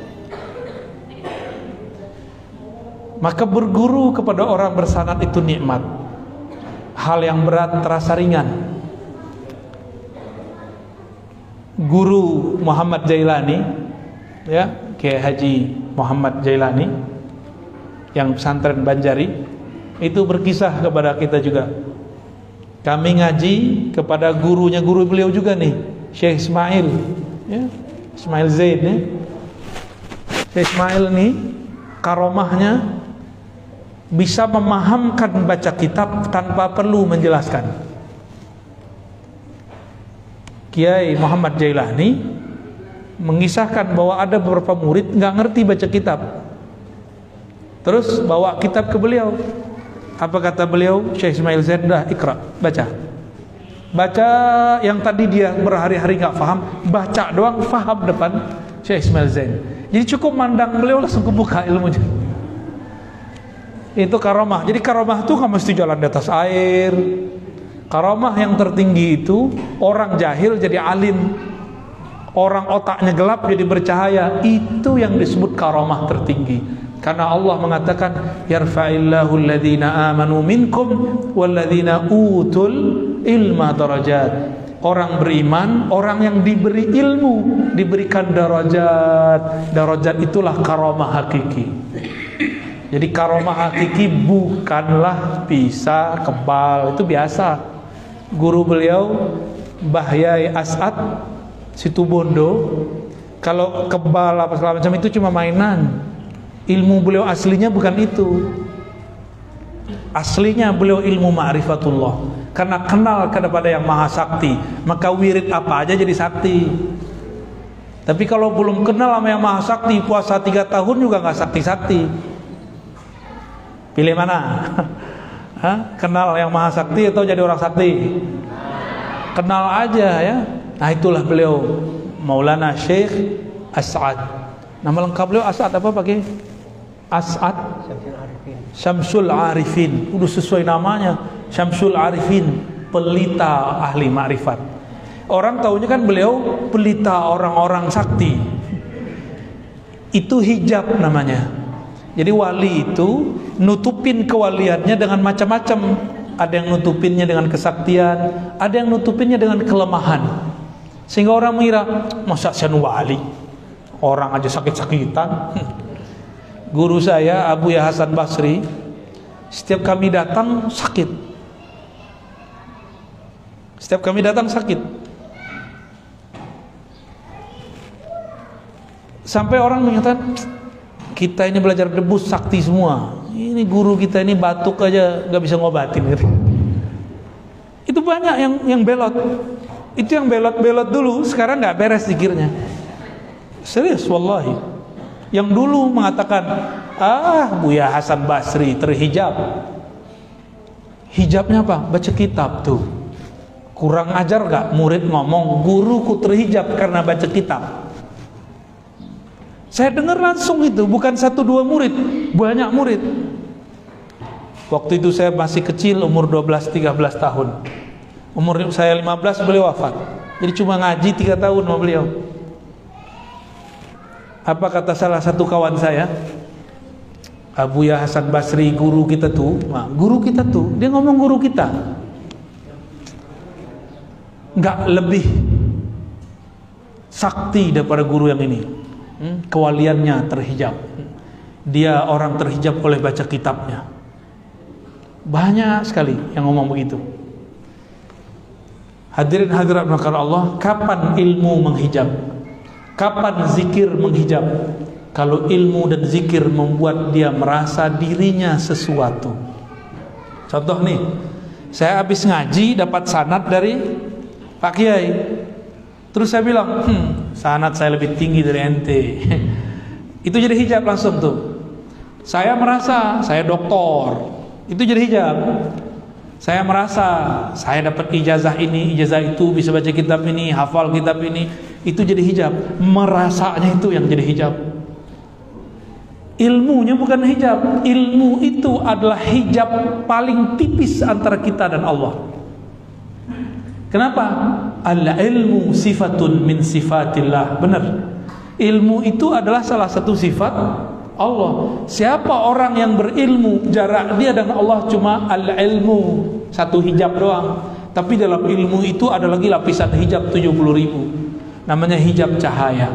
Maka berguru kepada orang bersanad itu nikmat. Hal yang berat terasa ringan. Guru Muhammad Jailani, ya, Kiai Haji Muhammad Jailani yang pesantren Banjari, itu berkisah kepada kita juga. Kami ngaji kepada gurunya guru beliau juga nih, Syekh Ismail, ya, Ismail Zaid nih. Syekh Ismail nih karomahnya bisa memahamkan baca kitab tanpa perlu menjelaskan. Kiai Muhammad Jailani mengisahkan bahwa ada beberapa murid nggak ngerti baca kitab, terus bawa kitab ke beliau. Apa kata beliau? Syekh Ismail Zain, dah ikra, baca, baca yang tadi dia berhari-hari nggak paham, baca doang paham depan Syekh Ismail Zain. Jadi cukup mandang beliau langsung kebuka ilmunya. Itu karomah. Jadi karomah itu nggak mesti jalan di atas air. Karomah yang tertinggi itu orang jahil jadi alim, orang otaknya gelap jadi bercahaya. Itu yang disebut karomah tertinggi. Karena Allah mengatakan yarfa'illahu alladhina amanu minkum walladhina utul ilma darajat. Orang beriman, orang yang diberi ilmu diberikan darajat. Darajat itulah karomah hakiki. Jadi karomah hakiki bukanlah bisa kebal, itu biasa. Guru beliau Mbah Yai As'ad Situbondo, kalau kebal apa segala macam itu cuma mainan. Ilmu beliau aslinya bukan itu. Aslinya beliau ilmu ma'rifatullah. Karena kenal kepada yang maha sakti, maka wirid apa aja jadi sakti. Tapi kalau belum kenal sama yang maha sakti, puasa tiga tahun juga nggak sakti-sakti. Pilih mana? Hah? Kenal yang maha sakti atau jadi orang sakti? Kenal aja ya. Nah itulah beliau Maulana Syekh As'ad. Nama lengkap beliau As'ad apa pakai? As'ad Syamsul Arifin. Udah sesuai namanya, Syamsul Arifin, pelita ahli ma'rifat. Orang taunya kan beliau pelita orang-orang sakti. Itu hijab namanya. Jadi wali itu nutupin kewaliannya dengan macam-macam. Ada yang nutupinnya dengan kesaktian, ada yang nutupinnya dengan kelemahan. Sehingga orang mengira, masa saya wali? orang aja sakit-sakitan. Guru saya Abuya Hasan Basri, setiap kami datang sakit. Setiap kami datang sakit. Sampai orang mengatakan, kita ini belajar debus sakti semua. Ini guru kita ini batuk aja nggak bisa ngobatin gitu. Itu banyak yang yang belot. Itu yang belot-belot dulu, sekarang nggak beres zikirnya. Serius, wallahi. Yang dulu mengatakan, ah, Buya Hasan Basri terhijab. Hijabnya apa? Baca kitab tuh. Kurang ajar gak murid ngomong, guruku terhijab karena baca kitab. Saya dengar langsung itu, bukan satu dua murid, banyak murid. Waktu itu saya masih kecil, umur dua belas tiga belas tahun. Umur saya lima belas beliau wafat. Jadi cuma ngaji tiga tahun sama beliau. Apa kata salah satu kawan saya, Abuya Hasan Basri, guru kita tuh, nah, guru kita tuh, dia ngomong guru kita nggak lebih sakti daripada guru yang ini. hmm? Kewaliannya terhijab, dia orang terhijab oleh baca kitabnya. Banyak sekali yang ngomong begitu. Hadirin hadirat maka Allah, kapan ilmu menghijab? Kapan zikir menghijab? Kalau ilmu dan zikir membuat dia merasa dirinya sesuatu. Contoh nih, saya habis ngaji dapat sanad dari Pak Kiai. Terus saya bilang, hmm, sanad saya lebih tinggi dari ente. Itu jadi hijab langsung tuh. Saya merasa saya doktor. Itu jadi hijab. Saya merasa saya dapat ijazah ini, ijazah itu, bisa baca kitab ini, hafal kitab ini. Itu jadi hijab. Merasanya itu yang jadi hijab. Ilmunya bukan hijab. Ilmu itu adalah hijab paling tipis antara kita dan Allah. Kenapa? Al-ilmu sifatun min sifatillah. Benar. Ilmu itu adalah salah satu sifat Allah. Siapa orang yang berilmu, jarak dia dan Allah cuma al-ilmu, satu hijab doang. Tapi dalam ilmu itu ada lagi lapisan hijab tujuh puluh ribu. Namanya hijab cahaya.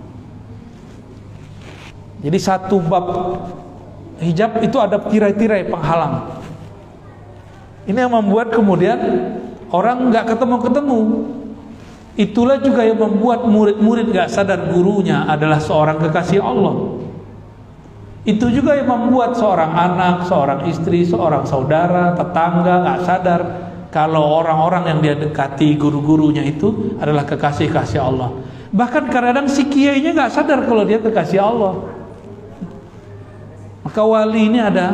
Jadi satu bab hijab itu ada tirai-tirai penghalang. Ini yang membuat kemudian orang nggak ketemu-ketemu. Itulah juga yang membuat murid-murid nggak sadar gurunya adalah seorang kekasih Allah. Itu juga yang membuat seorang anak, seorang istri, seorang saudara, tetangga nggak sadar kalau orang-orang yang dia dekati, guru-gurunya itu adalah kekasih-kasih Allah. Bahkan kadang-kadang si kiainya nggak sadar kalau dia kekasih Allah. Maka wali ini ada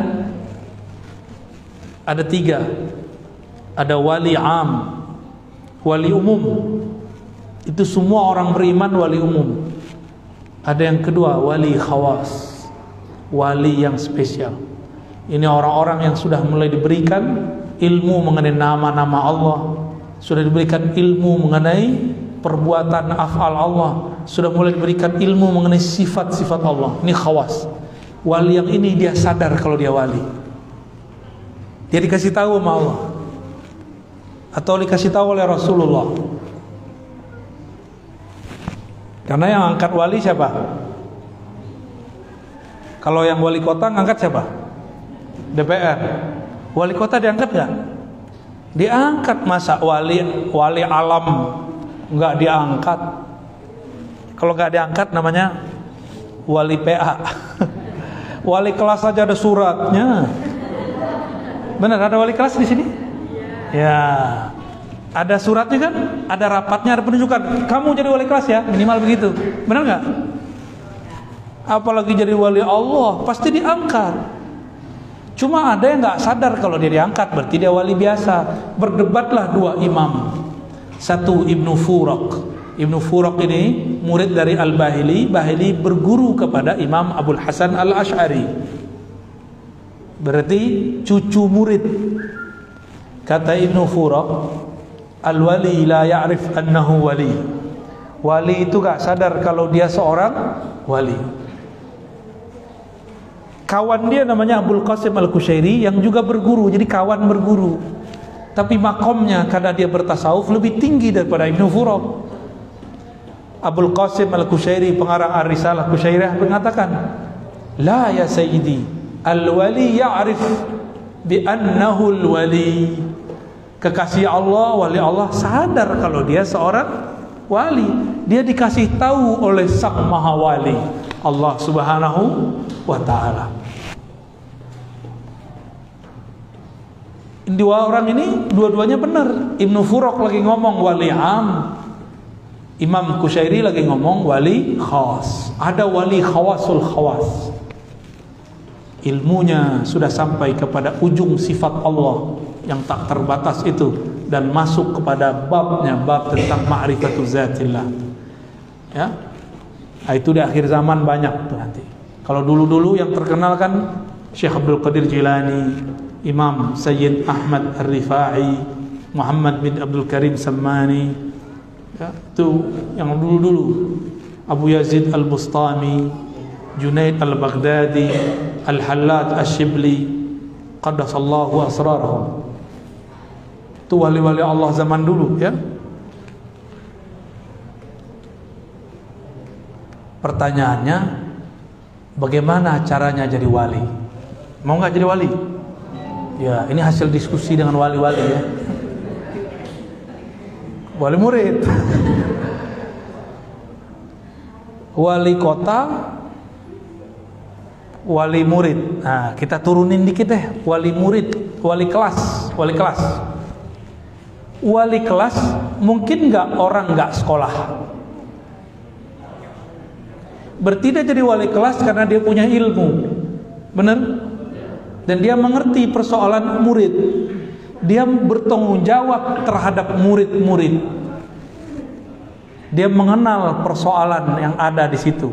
ada tiga. Ada wali am, wali umum. Itu semua orang beriman wali umum. Ada yang kedua wali khawas, wali yang spesial. Ini orang-orang yang sudah mulai diberikan ilmu mengenai nama-nama Allah, sudah diberikan ilmu mengenai perbuatan af'al Allah, sudah mulai diberikan ilmu mengenai sifat-sifat Allah. Ini khawas. Wali yang ini dia sadar kalau dia wali. Dia dikasih tahu sama Allah atau dikasih tahu oleh Rasulullah. Karena yang angkat wali siapa? Kalau yang wali kota ngangkat siapa? D P R. Wali kota diangkat nggak? Diangkat. Masa wali wali alam nggak diangkat? Kalau nggak diangkat namanya wali P A. Wali kelas saja ada suratnya. Benar, ada wali kelas di sini? Ya. Ada suratnya kan? Ada rapatnya, ada penunjukan. Kamu jadi wali kelas ya, minimal begitu. Benar nggak? Apalagi jadi wali Allah, pasti diangkat. Cuma ada yang nggak sadar kalau dia diangkat, berarti dia wali biasa. Berdebatlah dua imam. Satu Ibnu Furak. Ibnu Furak ini murid dari Al-Bahili. Bahili berguru kepada Imam Abul Hasan Al-Ash'ari. Berarti cucu murid. Kata Ibnu Furak, al-wali la ya'rif annahu wali. Wali itu gak sadar kalau dia seorang wali. Kawan dia namanya Abul Qasim Al-Kushairi yang juga berguru, jadi kawan berguru. Tapi makomnya karena dia bertasawuf lebih tinggi daripada Ibnu Furak. Abul Qasim Al-Kushairi, pengarang Ar-Risalah Kusyairiyah, mengatakan, la ya sayyidi, al-wali ya'rif bi annahu al-wali. Kekasih Allah, wali Allah sadar kalau dia seorang wali. Dia dikasih tahu oleh Sang Maha Wali, Allah Subhanahu wa ta'ala. Dua orang ini dua-duanya benar. Ibnu Furaq lagi ngomong wali am, Imam Kusyairi lagi ngomong wali khas. Ada wali khawasul khawas, ilmunya sudah sampai kepada ujung sifat Allah yang tak terbatas itu, dan masuk kepada babnya, bab tentang ma'rifatu zatillah. Ya, nah, itu di akhir zaman banyak tuh nanti. Kalau dulu-dulu yang terkenal kan Syekh Abdul Qadir Jilani, Imam Sayyid Ahmad Ar-Rifai, Muhammad bin Abdul Karim Sammani, ya, itu yang dulu-dulu. Abu Yazid Al-Bustami, Junaid Al-Baghdadi, Al-Hallaj Ash-Shibli, qaddasallahu asrarahum. Itu wali-wali Allah zaman dulu, ya. Pertanyaannya, bagaimana caranya jadi wali? Mau nggak jadi wali? Ya, ini hasil diskusi dengan wali-wali, ya. Wali murid, wali kota, wali murid. Nah, kita turunin dikit deh. Wali murid, wali kelas, wali kelas. Wali kelas mungkin nggak orang nggak sekolah. Berarti dia jadi wali kelas karena dia punya ilmu, bener? Dan dia mengerti persoalan murid. Dia bertanggung jawab terhadap murid-murid. Dia mengenal persoalan yang ada di situ.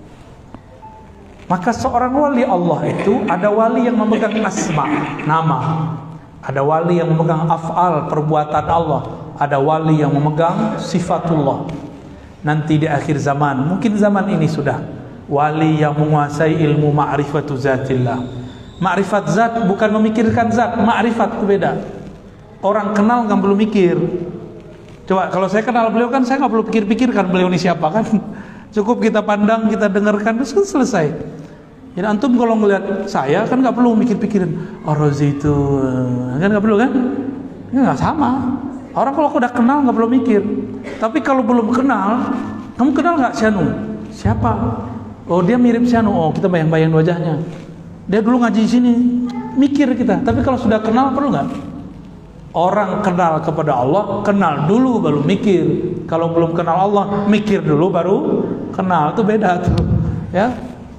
Maka seorang wali Allah itu, ada wali yang memegang asma, nama. Ada wali yang memegang af'al, perbuatan Allah. Ada wali yang memegang sifatullah. Nanti di akhir zaman, mungkin zaman ini sudah, wali yang menguasai ilmu ma'rifatu zatillah. Ma'rifat zat bukan memikirkan zat, ma'rifat itu beda. Orang kenal nggak perlu mikir. Coba kalau saya kenal beliau kan saya nggak perlu pikir-pikirkan beliau ini siapa kan. Cukup kita pandang, kita dengarkan, terus kan selesai. Jadi antum kalau ngelihat saya kan nggak perlu mikir-pikirin. Oh Rozi itu kan nggak perlu kan? Ini nggak sama. Orang kalau udah kenal nggak perlu mikir. Tapi kalau belum kenal, kamu kenal nggak Syanu? Siapa? Oh dia mirip Syanu. Oh kita bayang-bayang wajahnya. Dia dulu ngaji di sini, mikir kita. Tapi kalau sudah kenal perlu nggak? Orang kenal kepada Allah, kenal dulu baru mikir. Kalau belum kenal Allah, mikir dulu baru kenal. Itu beda tuh, ya.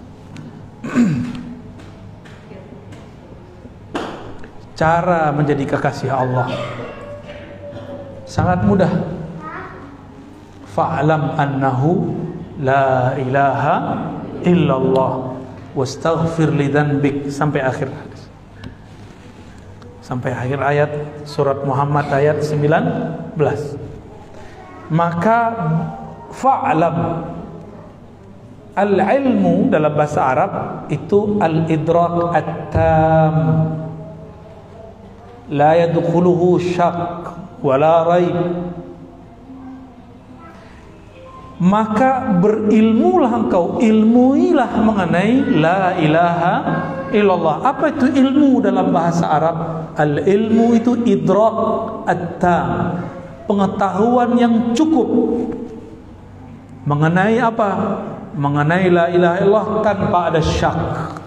Cara menjadi kekasih Allah sangat mudah. Fa'lam annahu la ilaha illallah wastaghfir li dzanbik, sampai akhir hadis. Sampai akhir ayat surat Muhammad ayat sembilan belas. Maka fa'lam, al-ilmu dalam bahasa Arab itu al-idrak at-tam, la yadkhuluhu syak wala raib. Maka berilmulah engkau, ilmuilah mengenai la ilaha illallah. Apa itu ilmu dalam bahasa Arab? Al-ilmu itu idrak at-tam, pengetahuan yang cukup mengenai apa? Mengenai la ilaha illallah tanpa ada syak.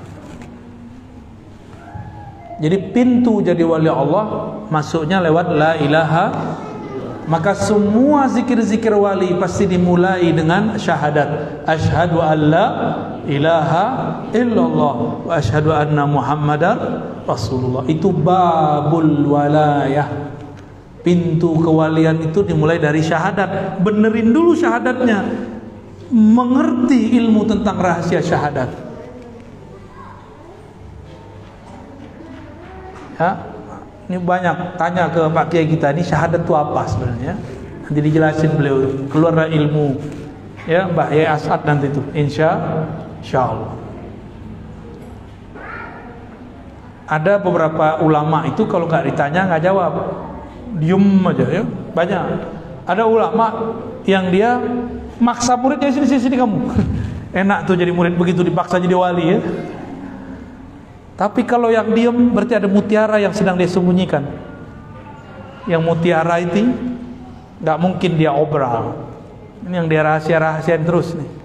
Jadi pintu jadi wali Allah masuknya lewat la ilaha. Maka semua zikir-zikir wali pasti dimulai dengan syahadat. Asyhadu an la ilaha illallah wa asyhadu anna Muhammadar Rasulullah. Itu babul walayah. Pintu kewalian itu dimulai dari syahadat. Benerin dulu syahadatnya. Mengerti ilmu tentang rahasia syahadat. Ya. Ini banyak tanya ke Pak Kiai kita, ini syahadat itu apa sebenarnya? Nanti dijelasin beliau, keluar ilmu, ya Mbak Yai As'ad nanti itu, insya, insya Allah. Ada beberapa ulama itu kalau nggak ditanya nggak jawab, diem aja ya, banyak. Ada ulama yang dia maksa muridnya, sini sini, sini kamu. Enak tuh jadi murid begitu, dipaksa jadi wali ya. Tapi kalau yang diem berarti ada mutiara yang sedang dia sembunyikan. Yang mutiara itu nggak mungkin dia obral. Ini yang dia rahasia-rahasiain terus nih.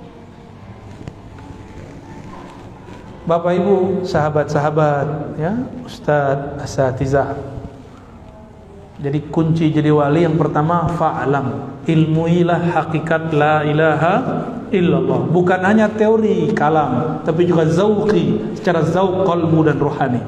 Bapak Ibu, sahabat-sahabat, ya, Ustadz, asatizah. Jadi kunci jadi wali yang pertama fa'lam, ilmuilah hakikat la ilaha illallah. Bukan hanya teori kalam, tapi juga zauqi, secara zauq qalbu dan rohani.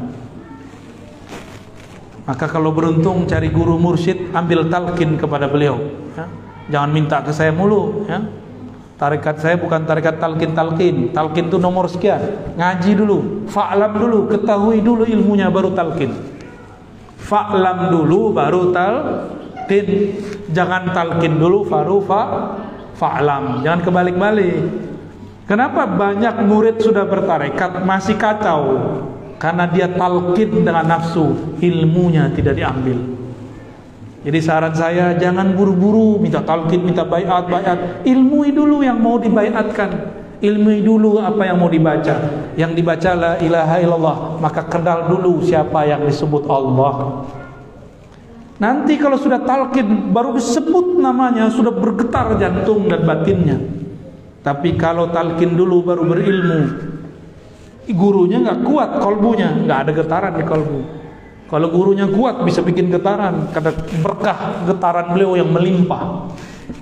Maka kalau beruntung cari guru mursyid, ambil talqin kepada beliau, ya. Jangan minta ke saya mulu, ya. Tarekat saya bukan tarekat talqin-talqin. Talqin itu nomor sekian. Ngaji dulu, fa'lam dulu, ketahui dulu ilmunya baru talqin. Fa'lam dulu baru talqin. Jangan talqin dulu baru fa fa'lam. Jangan kebalik-balik. Kenapa banyak murid sudah bertarekat masih kacau? Karena dia talqin dengan nafsu, ilmunya tidak diambil. Jadi saran saya, jangan buru-buru minta talqin, minta baiat, baiat. Ilmui dulu yang mau dibaiatkan. Ilmui dulu apa yang mau dibaca. Yang dibaca la ilaha illallah, maka kenal dulu siapa yang disebut Allah. Nanti kalau sudah talqin, baru disebut namanya, sudah bergetar jantung dan batinnya. Tapi kalau talqin dulu baru berilmu, gurunya nggak kuat kolbunya, nggak ada getaran di kolbu. Kalau gurunya kuat bisa bikin getaran, karena berkah getaran beliau yang melimpah.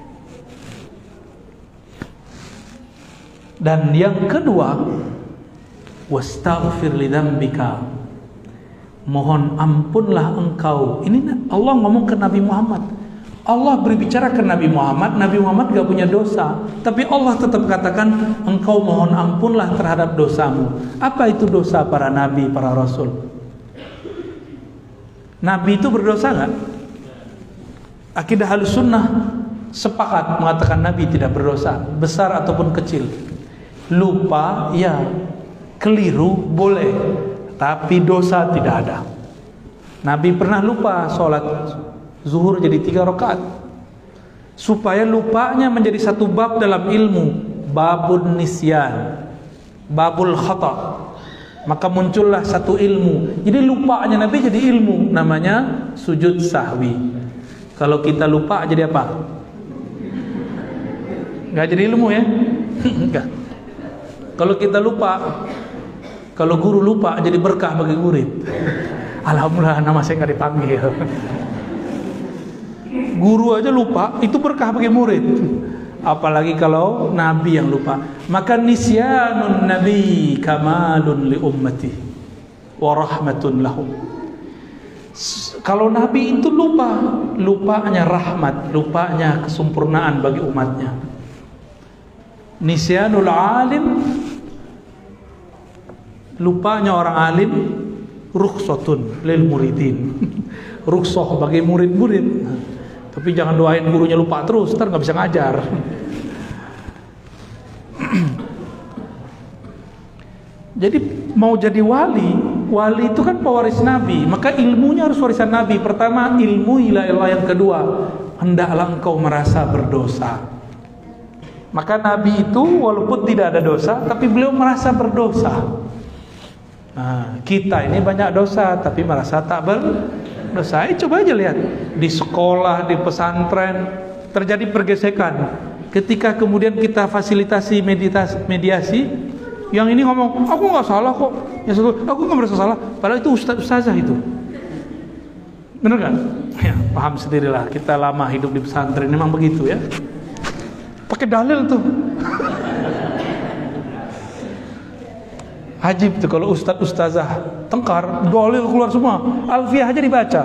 Dan yang kedua, wastaghfir lidzambika, mohon ampunlah engkau. Ini Allah ngomong ke Nabi Muhammad. Allah berbicara ke Nabi Muhammad. Nabi Muhammad gak punya dosa, tapi Allah tetap katakan engkau mohon ampunlah terhadap dosamu. Apa itu dosa para nabi, para rasul? Nabi itu berdosa gak? Akidah Ahlus Sunnah sepakat mengatakan Nabi tidak berdosa, besar ataupun kecil. Lupa, ya. Keliru, boleh. Tapi dosa tidak ada. Nabi pernah lupa sholat zuhur jadi tiga rakaat. Supaya lupanya menjadi satu bab dalam ilmu, babun nisyan, babul khata. Maka muncullah satu ilmu. Jadi lupaannya Nabi jadi ilmu, namanya sujud sahwi. Kalau kita lupa jadi apa? Nggak jadi ilmu ya? Enggak. Kalau kita lupa, kalau guru lupa jadi berkah bagi murid. Alhamdulillah nama saya nggak dipanggil. Guru aja lupa, itu berkah bagi murid. Apalagi kalau Nabi yang lupa. Maka nisyanun Nabi kamalun li ummati wa rahmatun lahum. Kalau Nabi itu lupa, lupanya rahmat, lupanya kesempurnaan bagi umatnya. Nisyanul alim, lupanya orang alim, rukhsatun lil muridin. Rukhsah bagi murid-murid. Tapi jangan doain gurunya lupa terus, ntar nggak bisa ngajar. Jadi mau jadi wali, wali itu kan pewaris Nabi, maka ilmunya harus warisan Nabi. Pertama ilmu ilah, yang kedua hendaklah engkau merasa berdosa. Maka Nabi itu walaupun tidak ada dosa, tapi beliau merasa berdosa. Nah, kita ini banyak dosa, tapi merasa tak berdosa. Eh, coba aja lihat di sekolah, di pesantren terjadi pergesekan. Ketika kemudian kita fasilitasi meditasi, mediasi, yang ini ngomong aku nggak salah kok, yang satu aku nggak merasa salah, padahal itu ustaz ustazah itu. Bener kan? Ya, paham sendirilah, kita lama hidup di pesantren memang begitu ya. Pakai dalil tuh. Ajib tuh kalau ustaz ustazah tengkar, dalil keluar semua, alfiah aja dibaca.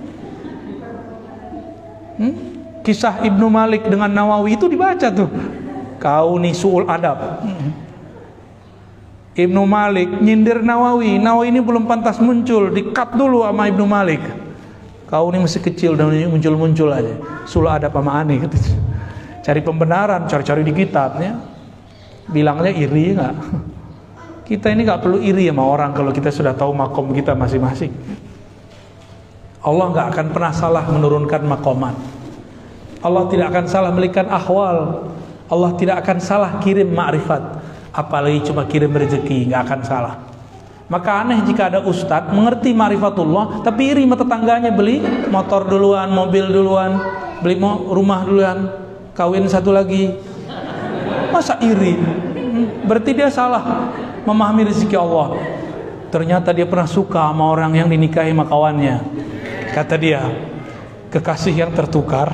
Hmm? Kisah Ibnu Malik dengan Nawawi itu dibaca tuh. Kau nih suul adab. Hmm. Ibnu Malik nyindir Nawawi, Nawawi ini belum pantas muncul, di-cut dulu sama Ibnu Malik. Kau ini masih kecil dan muncul-muncul aja. Suul adab sama aneh gitu. Cari pembenaran, cari-cari di kitabnya. Bilangnya iri enggak? Kita ini enggak perlu iri sama orang kalau kita sudah tahu makom kita masing-masing. Allah enggak akan pernah salah menurunkan makoman. Allah tidak akan salah memberikan ahwal. Allah tidak akan salah kirim ma'rifat, apalagi cuma kirim rezeki, nggak akan salah. Maka aneh jika ada ustadz mengerti ma'rifatullah tapi iri sama tetangganya, beli motor duluan, mobil duluan, beli rumah duluan, kawin satu lagi. Masa iri? Berarti dia salah memahami rezeki Allah. Ternyata dia pernah suka sama orang yang dinikahi sama kawannya. Kata dia, kekasih yang tertukar.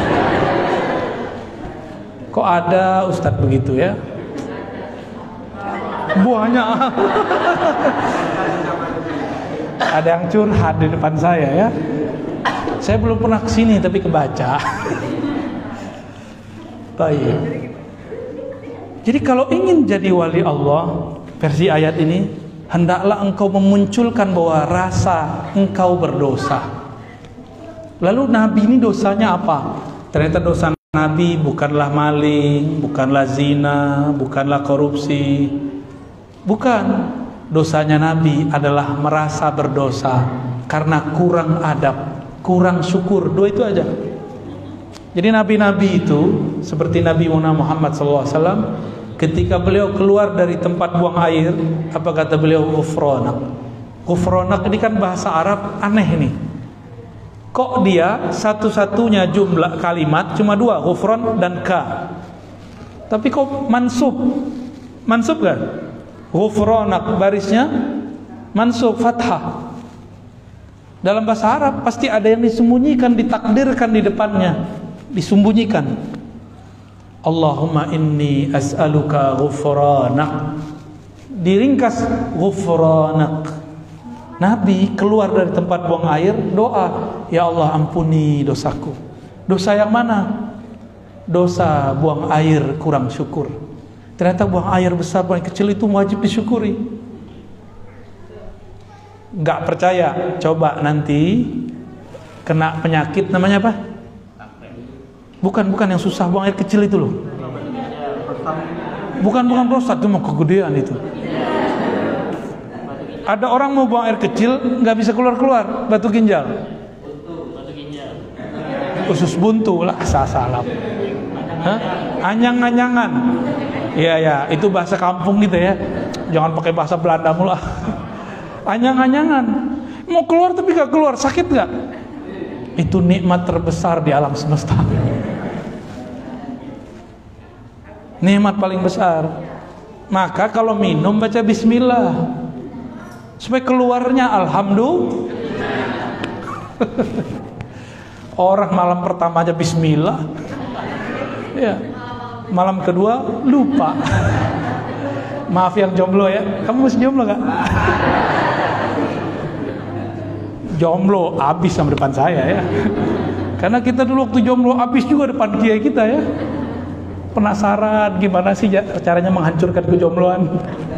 Kok ada ustadz begitu ya? Buahnya ada yang curhat di depan saya ya. Saya belum pernah kesini tapi kebaca. Baik. Jadi kalau ingin jadi wali Allah, versi ayat ini, hendaklah engkau memunculkan bahwa rasa engkau berdosa. Lalu Nabi ini dosanya apa? Ternyata dosa Nabi bukanlah maling, bukanlah zina, bukanlah korupsi. Bukan. Dosanya Nabi adalah merasa berdosa karena kurang adab, kurang syukur. Dua itu aja. Jadi nabi-nabi itu seperti Nabi Muhammad sallallahu alaihi wasallam, ketika beliau keluar dari tempat buang air, apa kata beliau? Ghufranak. Ghufranak ini kan bahasa Arab aneh nih. Kok dia satu-satunya jumlah kalimat cuma dua, ghufran dan ka. Tapi kok mansub? Mansub kan? Ghufranak barisnya mansub fathah. Dalam bahasa Arab pasti ada yang disembunyikan, ditakdirkan di depannya, disembunyikan. Allahumma inni as'aluka ghufranak. Diringkas ghufranak. Nabi keluar dari tempat buang air, doa, ya Allah ampuni dosaku. Dosa yang mana? Dosa buang air kurang syukur. Ternyata buang air besar, buang air kecil itu wajib disyukuri. Nggak percaya, coba nanti kena penyakit namanya apa? Bukan, bukan yang susah buang air kecil itu loh. Bukan, bukan prostat, itu mau kegedean itu. Ada orang mau buang air kecil nggak bisa keluar-keluar, batu ginjal. Usus buntu lah, salah. Anyang-anyangan. Iya ya, itu bahasa kampung gitu ya. Jangan pakai bahasa Belanda mulu. Anyang-anyangan. Mau keluar tapi gak keluar, sakit gak? Itu nikmat terbesar di alam semesta. Nikmat paling besar. Maka kalau minum baca bismillah, supaya keluarnya alhamdulillah. Orang malam pertama aja bismillah, ya. Malam kedua lupa. Maaf yang jomblo ya. Kamu masih jomblo gak? Jomblo abis sama depan saya ya. Karena kita dulu waktu jomblo abis juga depan kiai kita ya. Penasaran gimana sih caranya menghancurkan kejombloan.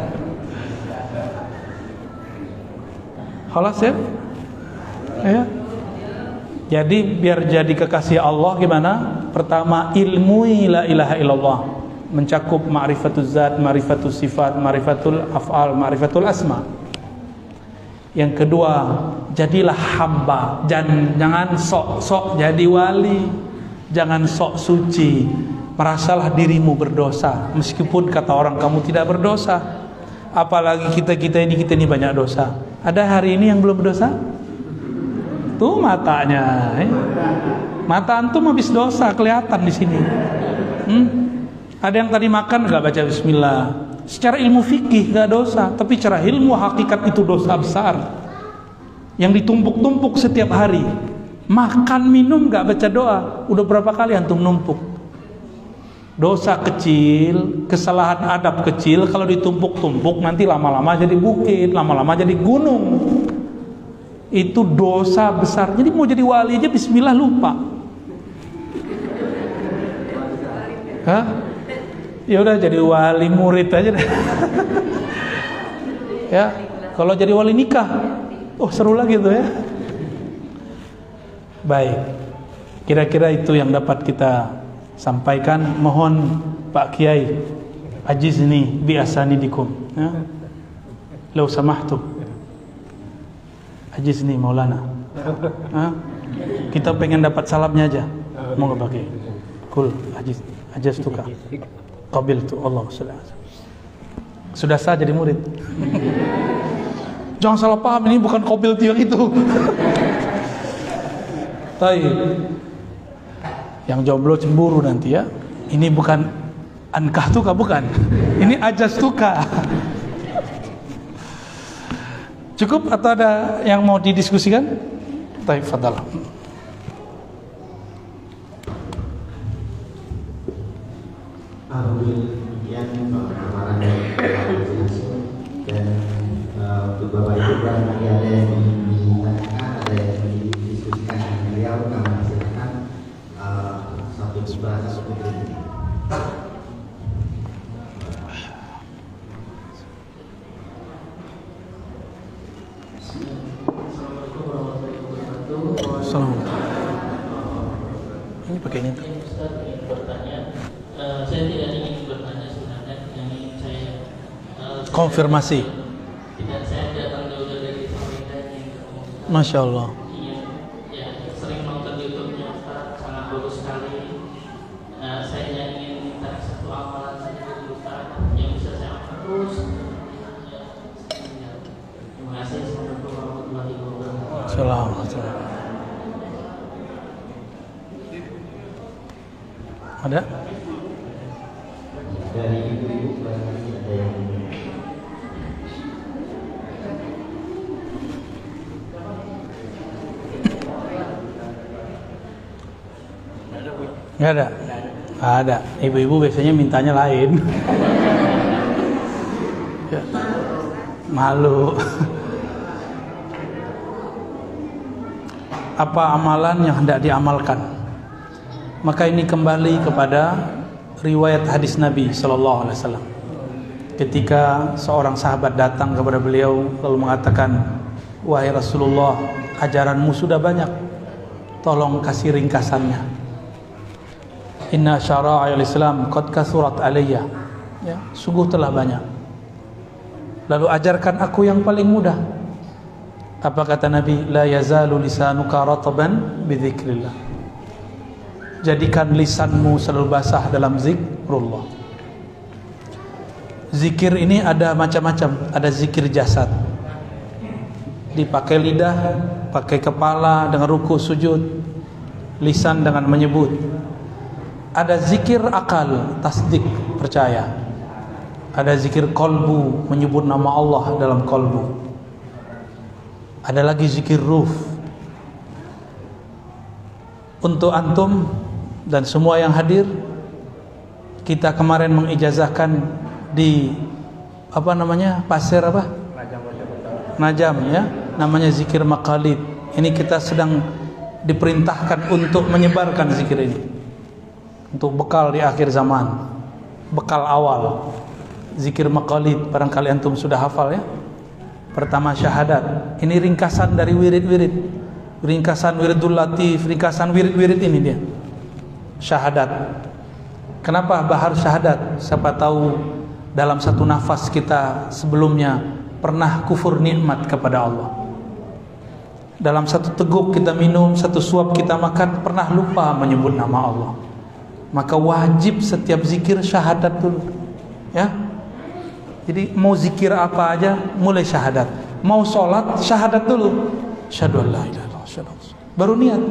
Halas ya. Ya. Jadi biar jadi kekasih Allah gimana? Pertama, ilmui la ilaha illallah, mencakup ma'rifatul zat, ma'rifatul sifat, ma'rifatul af'al, ma'rifatul asma. Yang kedua, jadilah hamba, jangan jangan sok-sok jadi wali, jangan sok suci. Merasalah dirimu berdosa meskipun kata orang kamu tidak berdosa. Apalagi kita-kita ini kita ini banyak dosa. Ada hari ini yang belum berdosa? Tuh matanya, eh? Mata antum habis dosa kelihatan di sini. Hmm? Ada yang tadi makan nggak baca bismillah. Secara ilmu fikih nggak dosa, tapi secara ilmu hakikat itu dosa besar yang ditumpuk-tumpuk setiap hari. Makan minum nggak baca doa, udah berapa kali antum numpuk? Dosa kecil, kesalahan adab kecil, kalau ditumpuk-tumpuk nanti lama-lama jadi bukit, lama-lama jadi gunung. Itu dosa besar. Jadi mau jadi wali aja bismillah lupa. Hah? Ya udah jadi wali murid aja deh. Ya, kalau jadi wali nikah, oh seru lagi tuh ya. Baik. Kira-kira itu yang dapat kita sampaikan. Mohon Pak Kiai ajizni bi asanidikum, ya. Lau samahtu. Ajizni Maulana. Hah? Kita pengen dapat salamnya aja. Mau nggak pakai? Cool, ajiz. Ajastuka. Qabiltu. Allah sholli alaihi. Sudah sah jadi murid. Jangan salah paham, ini bukan qabiltu yang itu. Taib. Yang jomblo cemburu nanti ya. Ini bukan ankahtuka, bukan. Ini ajastuka. Cukup atau ada yang mau didiskusikan? Taib, fadal. Alhamdulillah, amalan dan untuk Bapak Ibu barangkali ada yang ditanyakan, ada yang didiskusikan dengan beliau, kami silakan satu bahasa seperti ini. Assalamualaikum warahmatullahi wabarakatuh. Assalamualaikum. Ini pakai ini. Ustaz ingin bertanya, uh, saya tidak ingin bertanya sebenarnya, yang ingin saya uh, konfirmasi. Tidak, saya datang jauh dari Samarinda, ingin ketemu Ustaz. Masya Allah. Ingin, ya, sering nonton YouTube-nya Ustaz, sangat bagus sekali. Uh, saya hanya ingin minta satu amalan saja dari Ustaz yang bisa saya amalkan terus. Terima kasih. Assalamualaikum warahmatullahi wabarakatuh. Assalamualaikum. Ada? Dari ibu-ibu barangkali ada yang Nggak ada? Nggak ada. Ibu-ibu biasanya mintanya lain. Ya. Malu. Apa amalan yang hendak diamalkan? Maka ini kembali kepada riwayat hadis Nabi Sallallahu Alaihi Wasallam. Ketika seorang sahabat datang kepada beliau lalu mengatakan, wahai Rasulullah, ajaranmu sudah banyak, tolong kasih ringkasannya. Inna syara'il Islam qad kasurat alayya. Ya, sungguh telah banyak. Lalu ajarkan aku yang paling mudah. Apa kata Nabi? La yazalu lisanuka rataban bidzikrillah. Jadikan lisanmu selalu basah dalam zikrullah. Zikir ini ada macam-macam. Ada zikir jasad, dipakai lidah, pakai kepala dengan ruku sujud, lisan dengan menyebut. Ada zikir akal, tasdik, percaya. Ada zikir kolbu, menyebut nama Allah dalam kolbu. Ada lagi zikir ruh. Untuk antum dan semua yang hadir, kita kemarin mengijazahkan di apa namanya, pasir apa? Najam ya, namanya zikir maqalid. Ini kita sedang diperintahkan untuk menyebarkan zikir ini, untuk bekal di akhir zaman, bekal awal. Zikir maqalid, barangkali antum sudah hafal ya. Pertama syahadat. Ini ringkasan dari wirid-wirid, ringkasan wiridul latif, ringkasan wirid-wirid ini dia. Syahadat. Kenapa bahar syahadat? Siapa tahu dalam satu nafas kita sebelumnya pernah kufur nikmat kepada Allah. Dalam satu teguk kita minum, satu suap kita makan, pernah lupa menyebut nama Allah. Maka wajib setiap zikir syahadat dulu. Ya. Jadi mau zikir apa aja mulai syahadat. Mau sholat syahadat dulu. Syahadu an la ilaha illallah. Baru niat.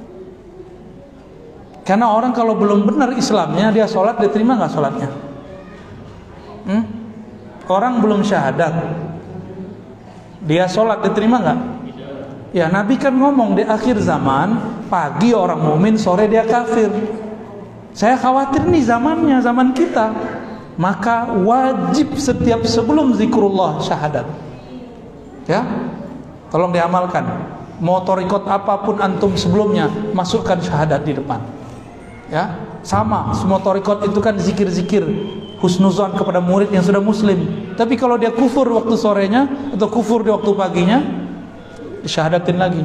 Karena orang kalau belum benar Islamnya, dia sholat, dia terima nggak sholatnya? Hmm? Orang belum syahadat, dia sholat, diterima nggak? Ya, Nabi kan ngomong di akhir zaman, pagi orang mukmin, sore dia kafir. Saya khawatir nih zamannya, zaman kita. Maka wajib setiap sebelum zikrullah syahadat. Ya, tolong diamalkan. Mau torikot apapun antum sebelumnya, masukkan syahadat di depan. Ya, sama, semua torikot itu kan zikir-zikir husnuzon kepada murid yang sudah muslim. Tapi kalau dia kufur waktu sorenya atau kufur di waktu paginya, disyahadatin lagi.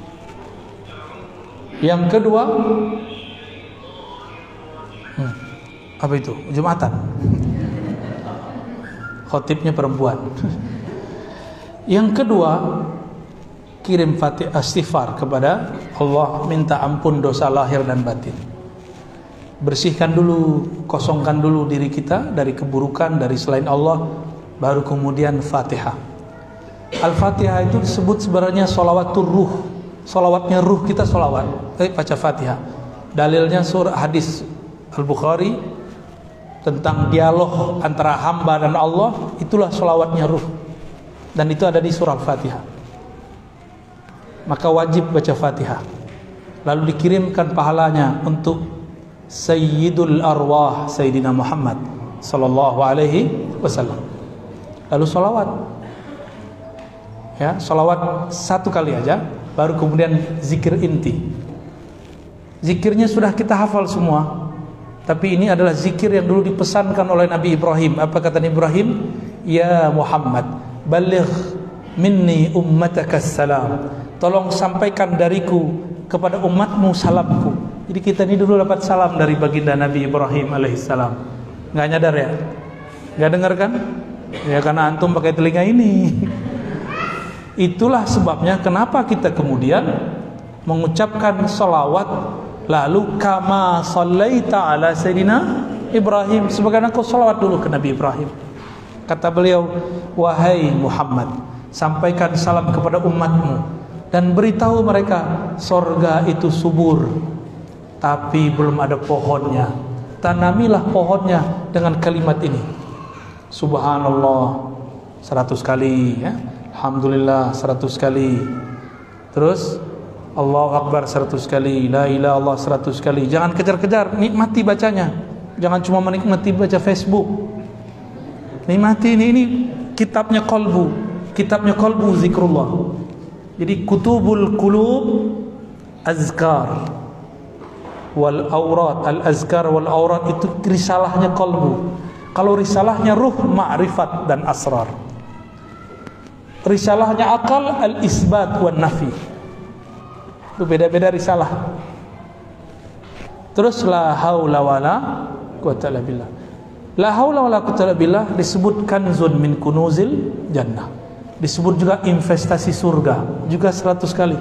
Yang kedua, hmm, apa itu? Jumatan. Khotibnya perempuan. Yang kedua, kirim fatihah istighfar kepada Allah, minta ampun dosa lahir dan batin. bersihkan dulu, kosongkan dulu diri kita dari keburukan, dari selain Allah, baru kemudian Fatihah. Al-Fatihah itu disebut sebenarnya sholawatul ruh. Sholawatnya ruh kita sholawat, eh, baca Fatihah. Dalilnya surah hadis Al-Bukhari tentang dialog antara hamba dan Allah, itulah sholawatnya ruh. Dan itu ada di surah Al-Fatihah. Maka wajib baca Fatihah. Lalu dikirimkan pahalanya untuk Sayyidul Arwah Sayyidina Muhammad sallallahu alaihi wasallam. Lalu sholawat, ya, sholawat satu kali aja, baru kemudian zikir inti. Zikirnya sudah kita hafal semua, tapi ini adalah zikir yang dulu dipesankan oleh Nabi Ibrahim. Apa kata Nabi Ibrahim? Ya Muhammad, baligh minni ummatakas salam. Tolong sampaikan dariku kepada umatmu salamku. Jadi kita ini dulu dapat salam dari baginda Nabi Ibrahim alaihissalam. Nggak nyadar ya? Nggak dengar kan? Ya karena antum pakai telinga ini. Itulah sebabnya kenapa kita kemudian mengucapkan salawat, lalu kama sallaita ala Sayyidina Ibrahim, sebagaimana kau salawat dulu ke Nabi Ibrahim. Kata beliau, wahai Muhammad, sampaikan salam kepada umatmu dan beritahu mereka sorga itu subur, tapi belum ada pohonnya. Tanamilah pohonnya dengan kalimat ini, Subhanallah seratus kali, ya. Alhamdulillah seratus kali. Terus Allahu Akbar seratus kali, La ilaha illallah seratus kali. Jangan kejar-kejar, nikmati bacanya. Jangan cuma menikmati baca Facebook. Nikmati ini, ini kitabnya qalbu. Kitabnya qalbu zikrullah. Jadi kutubul qulub azkar wal aurat, al azkar wal aurat itu risalahnya qalbu. Kalau risalahnya ruh, ma'rifat dan asrar. Risalahnya akal, al isbat wan nafi. Itu beda-beda risalah. Terus la haula wala quwwata illa billah. La haula wala quwwata illa billah disebut kanzun min kunuzil jannah. Disebut juga investasi surga, juga seratus kali.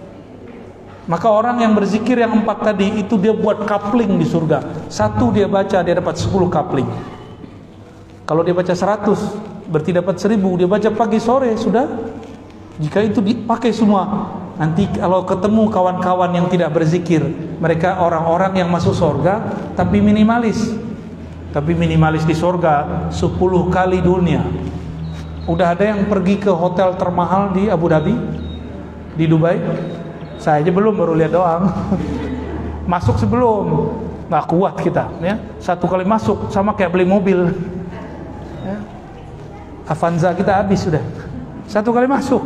Maka orang yang berzikir yang empat tadi itu dia buat coupling di surga. Satu dia baca, dia dapat sepuluh coupling. Kalau dia baca seratus, berarti dapat seribu. Dia baca pagi sore, sudah. Jika itu dipakai semua, nanti kalau ketemu kawan-kawan yang tidak berzikir, mereka orang-orang yang masuk surga tapi minimalis. Tapi minimalis di surga sepuluh kali dunia. Udah ada yang pergi ke hotel termahal di Abu Dhabi, di Dubai. Saya aja belum, baru lihat doang. Masuk sebelum, nggak kuat kita, ya. Satu kali masuk sama kayak beli mobil, ya. Avanza kita habis sudah. Satu kali masuk,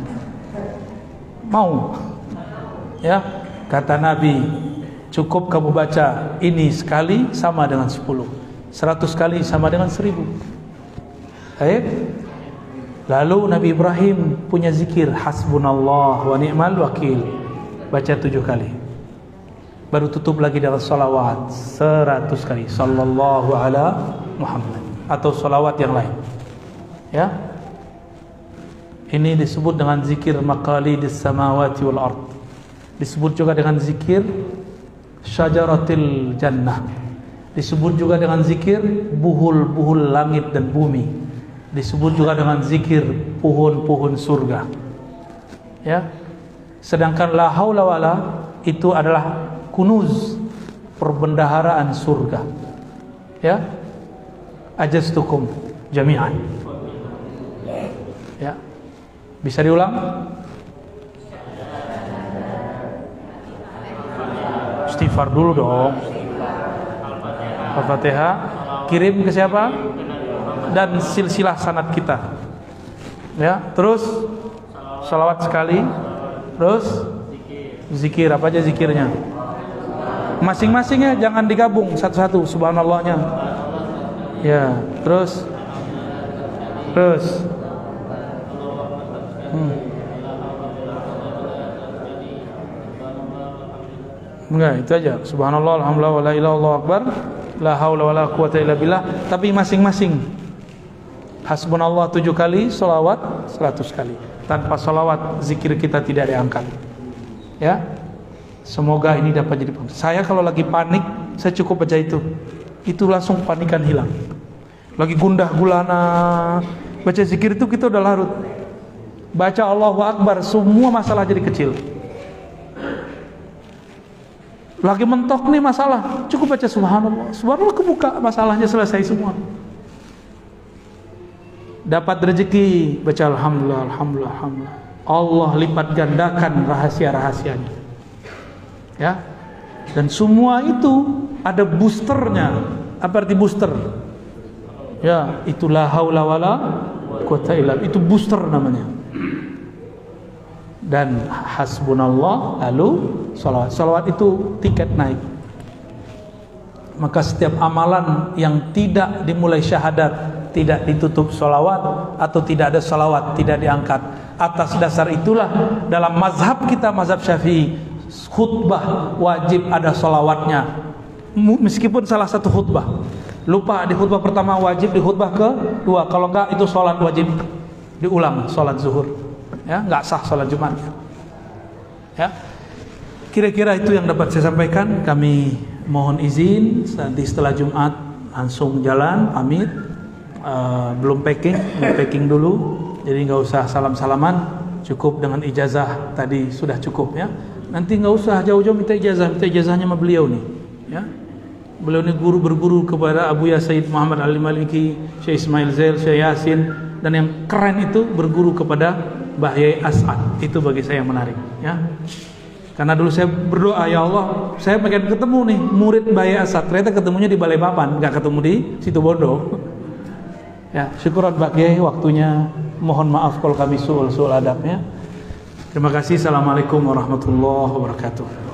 mau, ya. Kata Nabi, cukup kamu baca ini sekali sama dengan sepuluh, seratus kali sama dengan seribu. Baik. Lalu Nabi Ibrahim punya zikir hasbunallah wa ni'mal wakil, baca tujuh kali. Baru tutup lagi dengan salawat seratus kali, sallallahu ala Muhammad, atau salawat yang lain, ya. Ini disebut dengan zikir maqalidis samawati wal ard. Disebut juga dengan zikir syajaratil jannah. Disebut juga dengan zikir buhul-buhul langit dan bumi. Disebut juga dengan zikir pohon-pohon surga, ya. Sedangkan la haula wala itu adalah kunuz, perbendaharaan surga, ya. Ajaztukum jami'an, ya. Bisa diulang? Istighfar dulu dong. Al-Fatihah. Kirim ke siapa? Dan silsilah sanad kita, ya. Terus salawat sekali. Terus zikir, apa aja zikirnya masing-masing, ya, jangan digabung satu-satu subhanallahnya, ya. Terus Terus hmm. Enggak, itu aja. Subhanallah, alhamdulillah, wala ilaha illallah akbar, la haula wala quwata illa billah. Tapi masing-masing. Hasbunallah tujuh kali, salawat seratus kali. Tanpa salawat zikir kita tidak diangkat, ya. Semoga ini dapat jadi. Saya kalau lagi panik, saya cukup baca itu. Itu langsung panikan hilang. Lagi gundah gulana, baca zikir itu kita udah larut. Baca Allahu Akbar, semua masalah jadi kecil. Lagi mentok nih masalah, cukup baca subhanallah. Subhanallah kebuka, masalahnya selesai semua. Dapat rezeki, baca alhamdulillah, alhamdulillah, alhamdulillah. Allah lipat gandakan rahasia-rahasianya. Ya. Dan semua itu ada boosternya. Apa arti booster? Ya, itulah haula wala quwata illa billah. Itu booster namanya. Dan hasbunallah, lalu salawat. Salawat itu tiket naik. Maka setiap amalan yang tidak dimulai syahadat, tidak ditutup salawat, atau tidak ada salawat, tidak diangkat. Atas dasar itulah dalam mazhab kita, mazhab Syafi'i, khutbah wajib ada salawatnya. Meskipun salah satu khutbah lupa di khutbah pertama, wajib di khutbah kedua. Kalau enggak, itu sholat wajib diulang, sholat zuhur. Ya, enggak sah sholat Jumat. Ya, kira-kira itu yang dapat saya sampaikan. Kami mohon izin nanti setelah Jumat langsung jalan, pamit. Uh, belum packing, belum packing dulu. Jadi nggak usah salam-salaman, cukup dengan ijazah tadi sudah cukup ya. Nanti nggak usah jauh-jauh minta ijazah, minta ijazahnya sama beliau nih. Ya. Beliau ini guru berguru kepada Abu Ya Said Muhammad Al-Maliki, Syekh Ismail Zail, Syekh Yasin, dan yang keren itu berguru kepada Mbah Yai As'ad. Itu bagi saya yang menarik, ya. Karena dulu saya berdoa, ya Allah, saya pengen ketemu nih murid Mbah Yai As'ad. Ternyata ketemunya di Balikpapan, nggak ketemu di Situbondo. Ya, syukuran Mbak Yai waktunya. Mohon maaf kalau kami suul suul adabnya. Terima kasih. Assalamualaikum warahmatullahi wabarakatuh.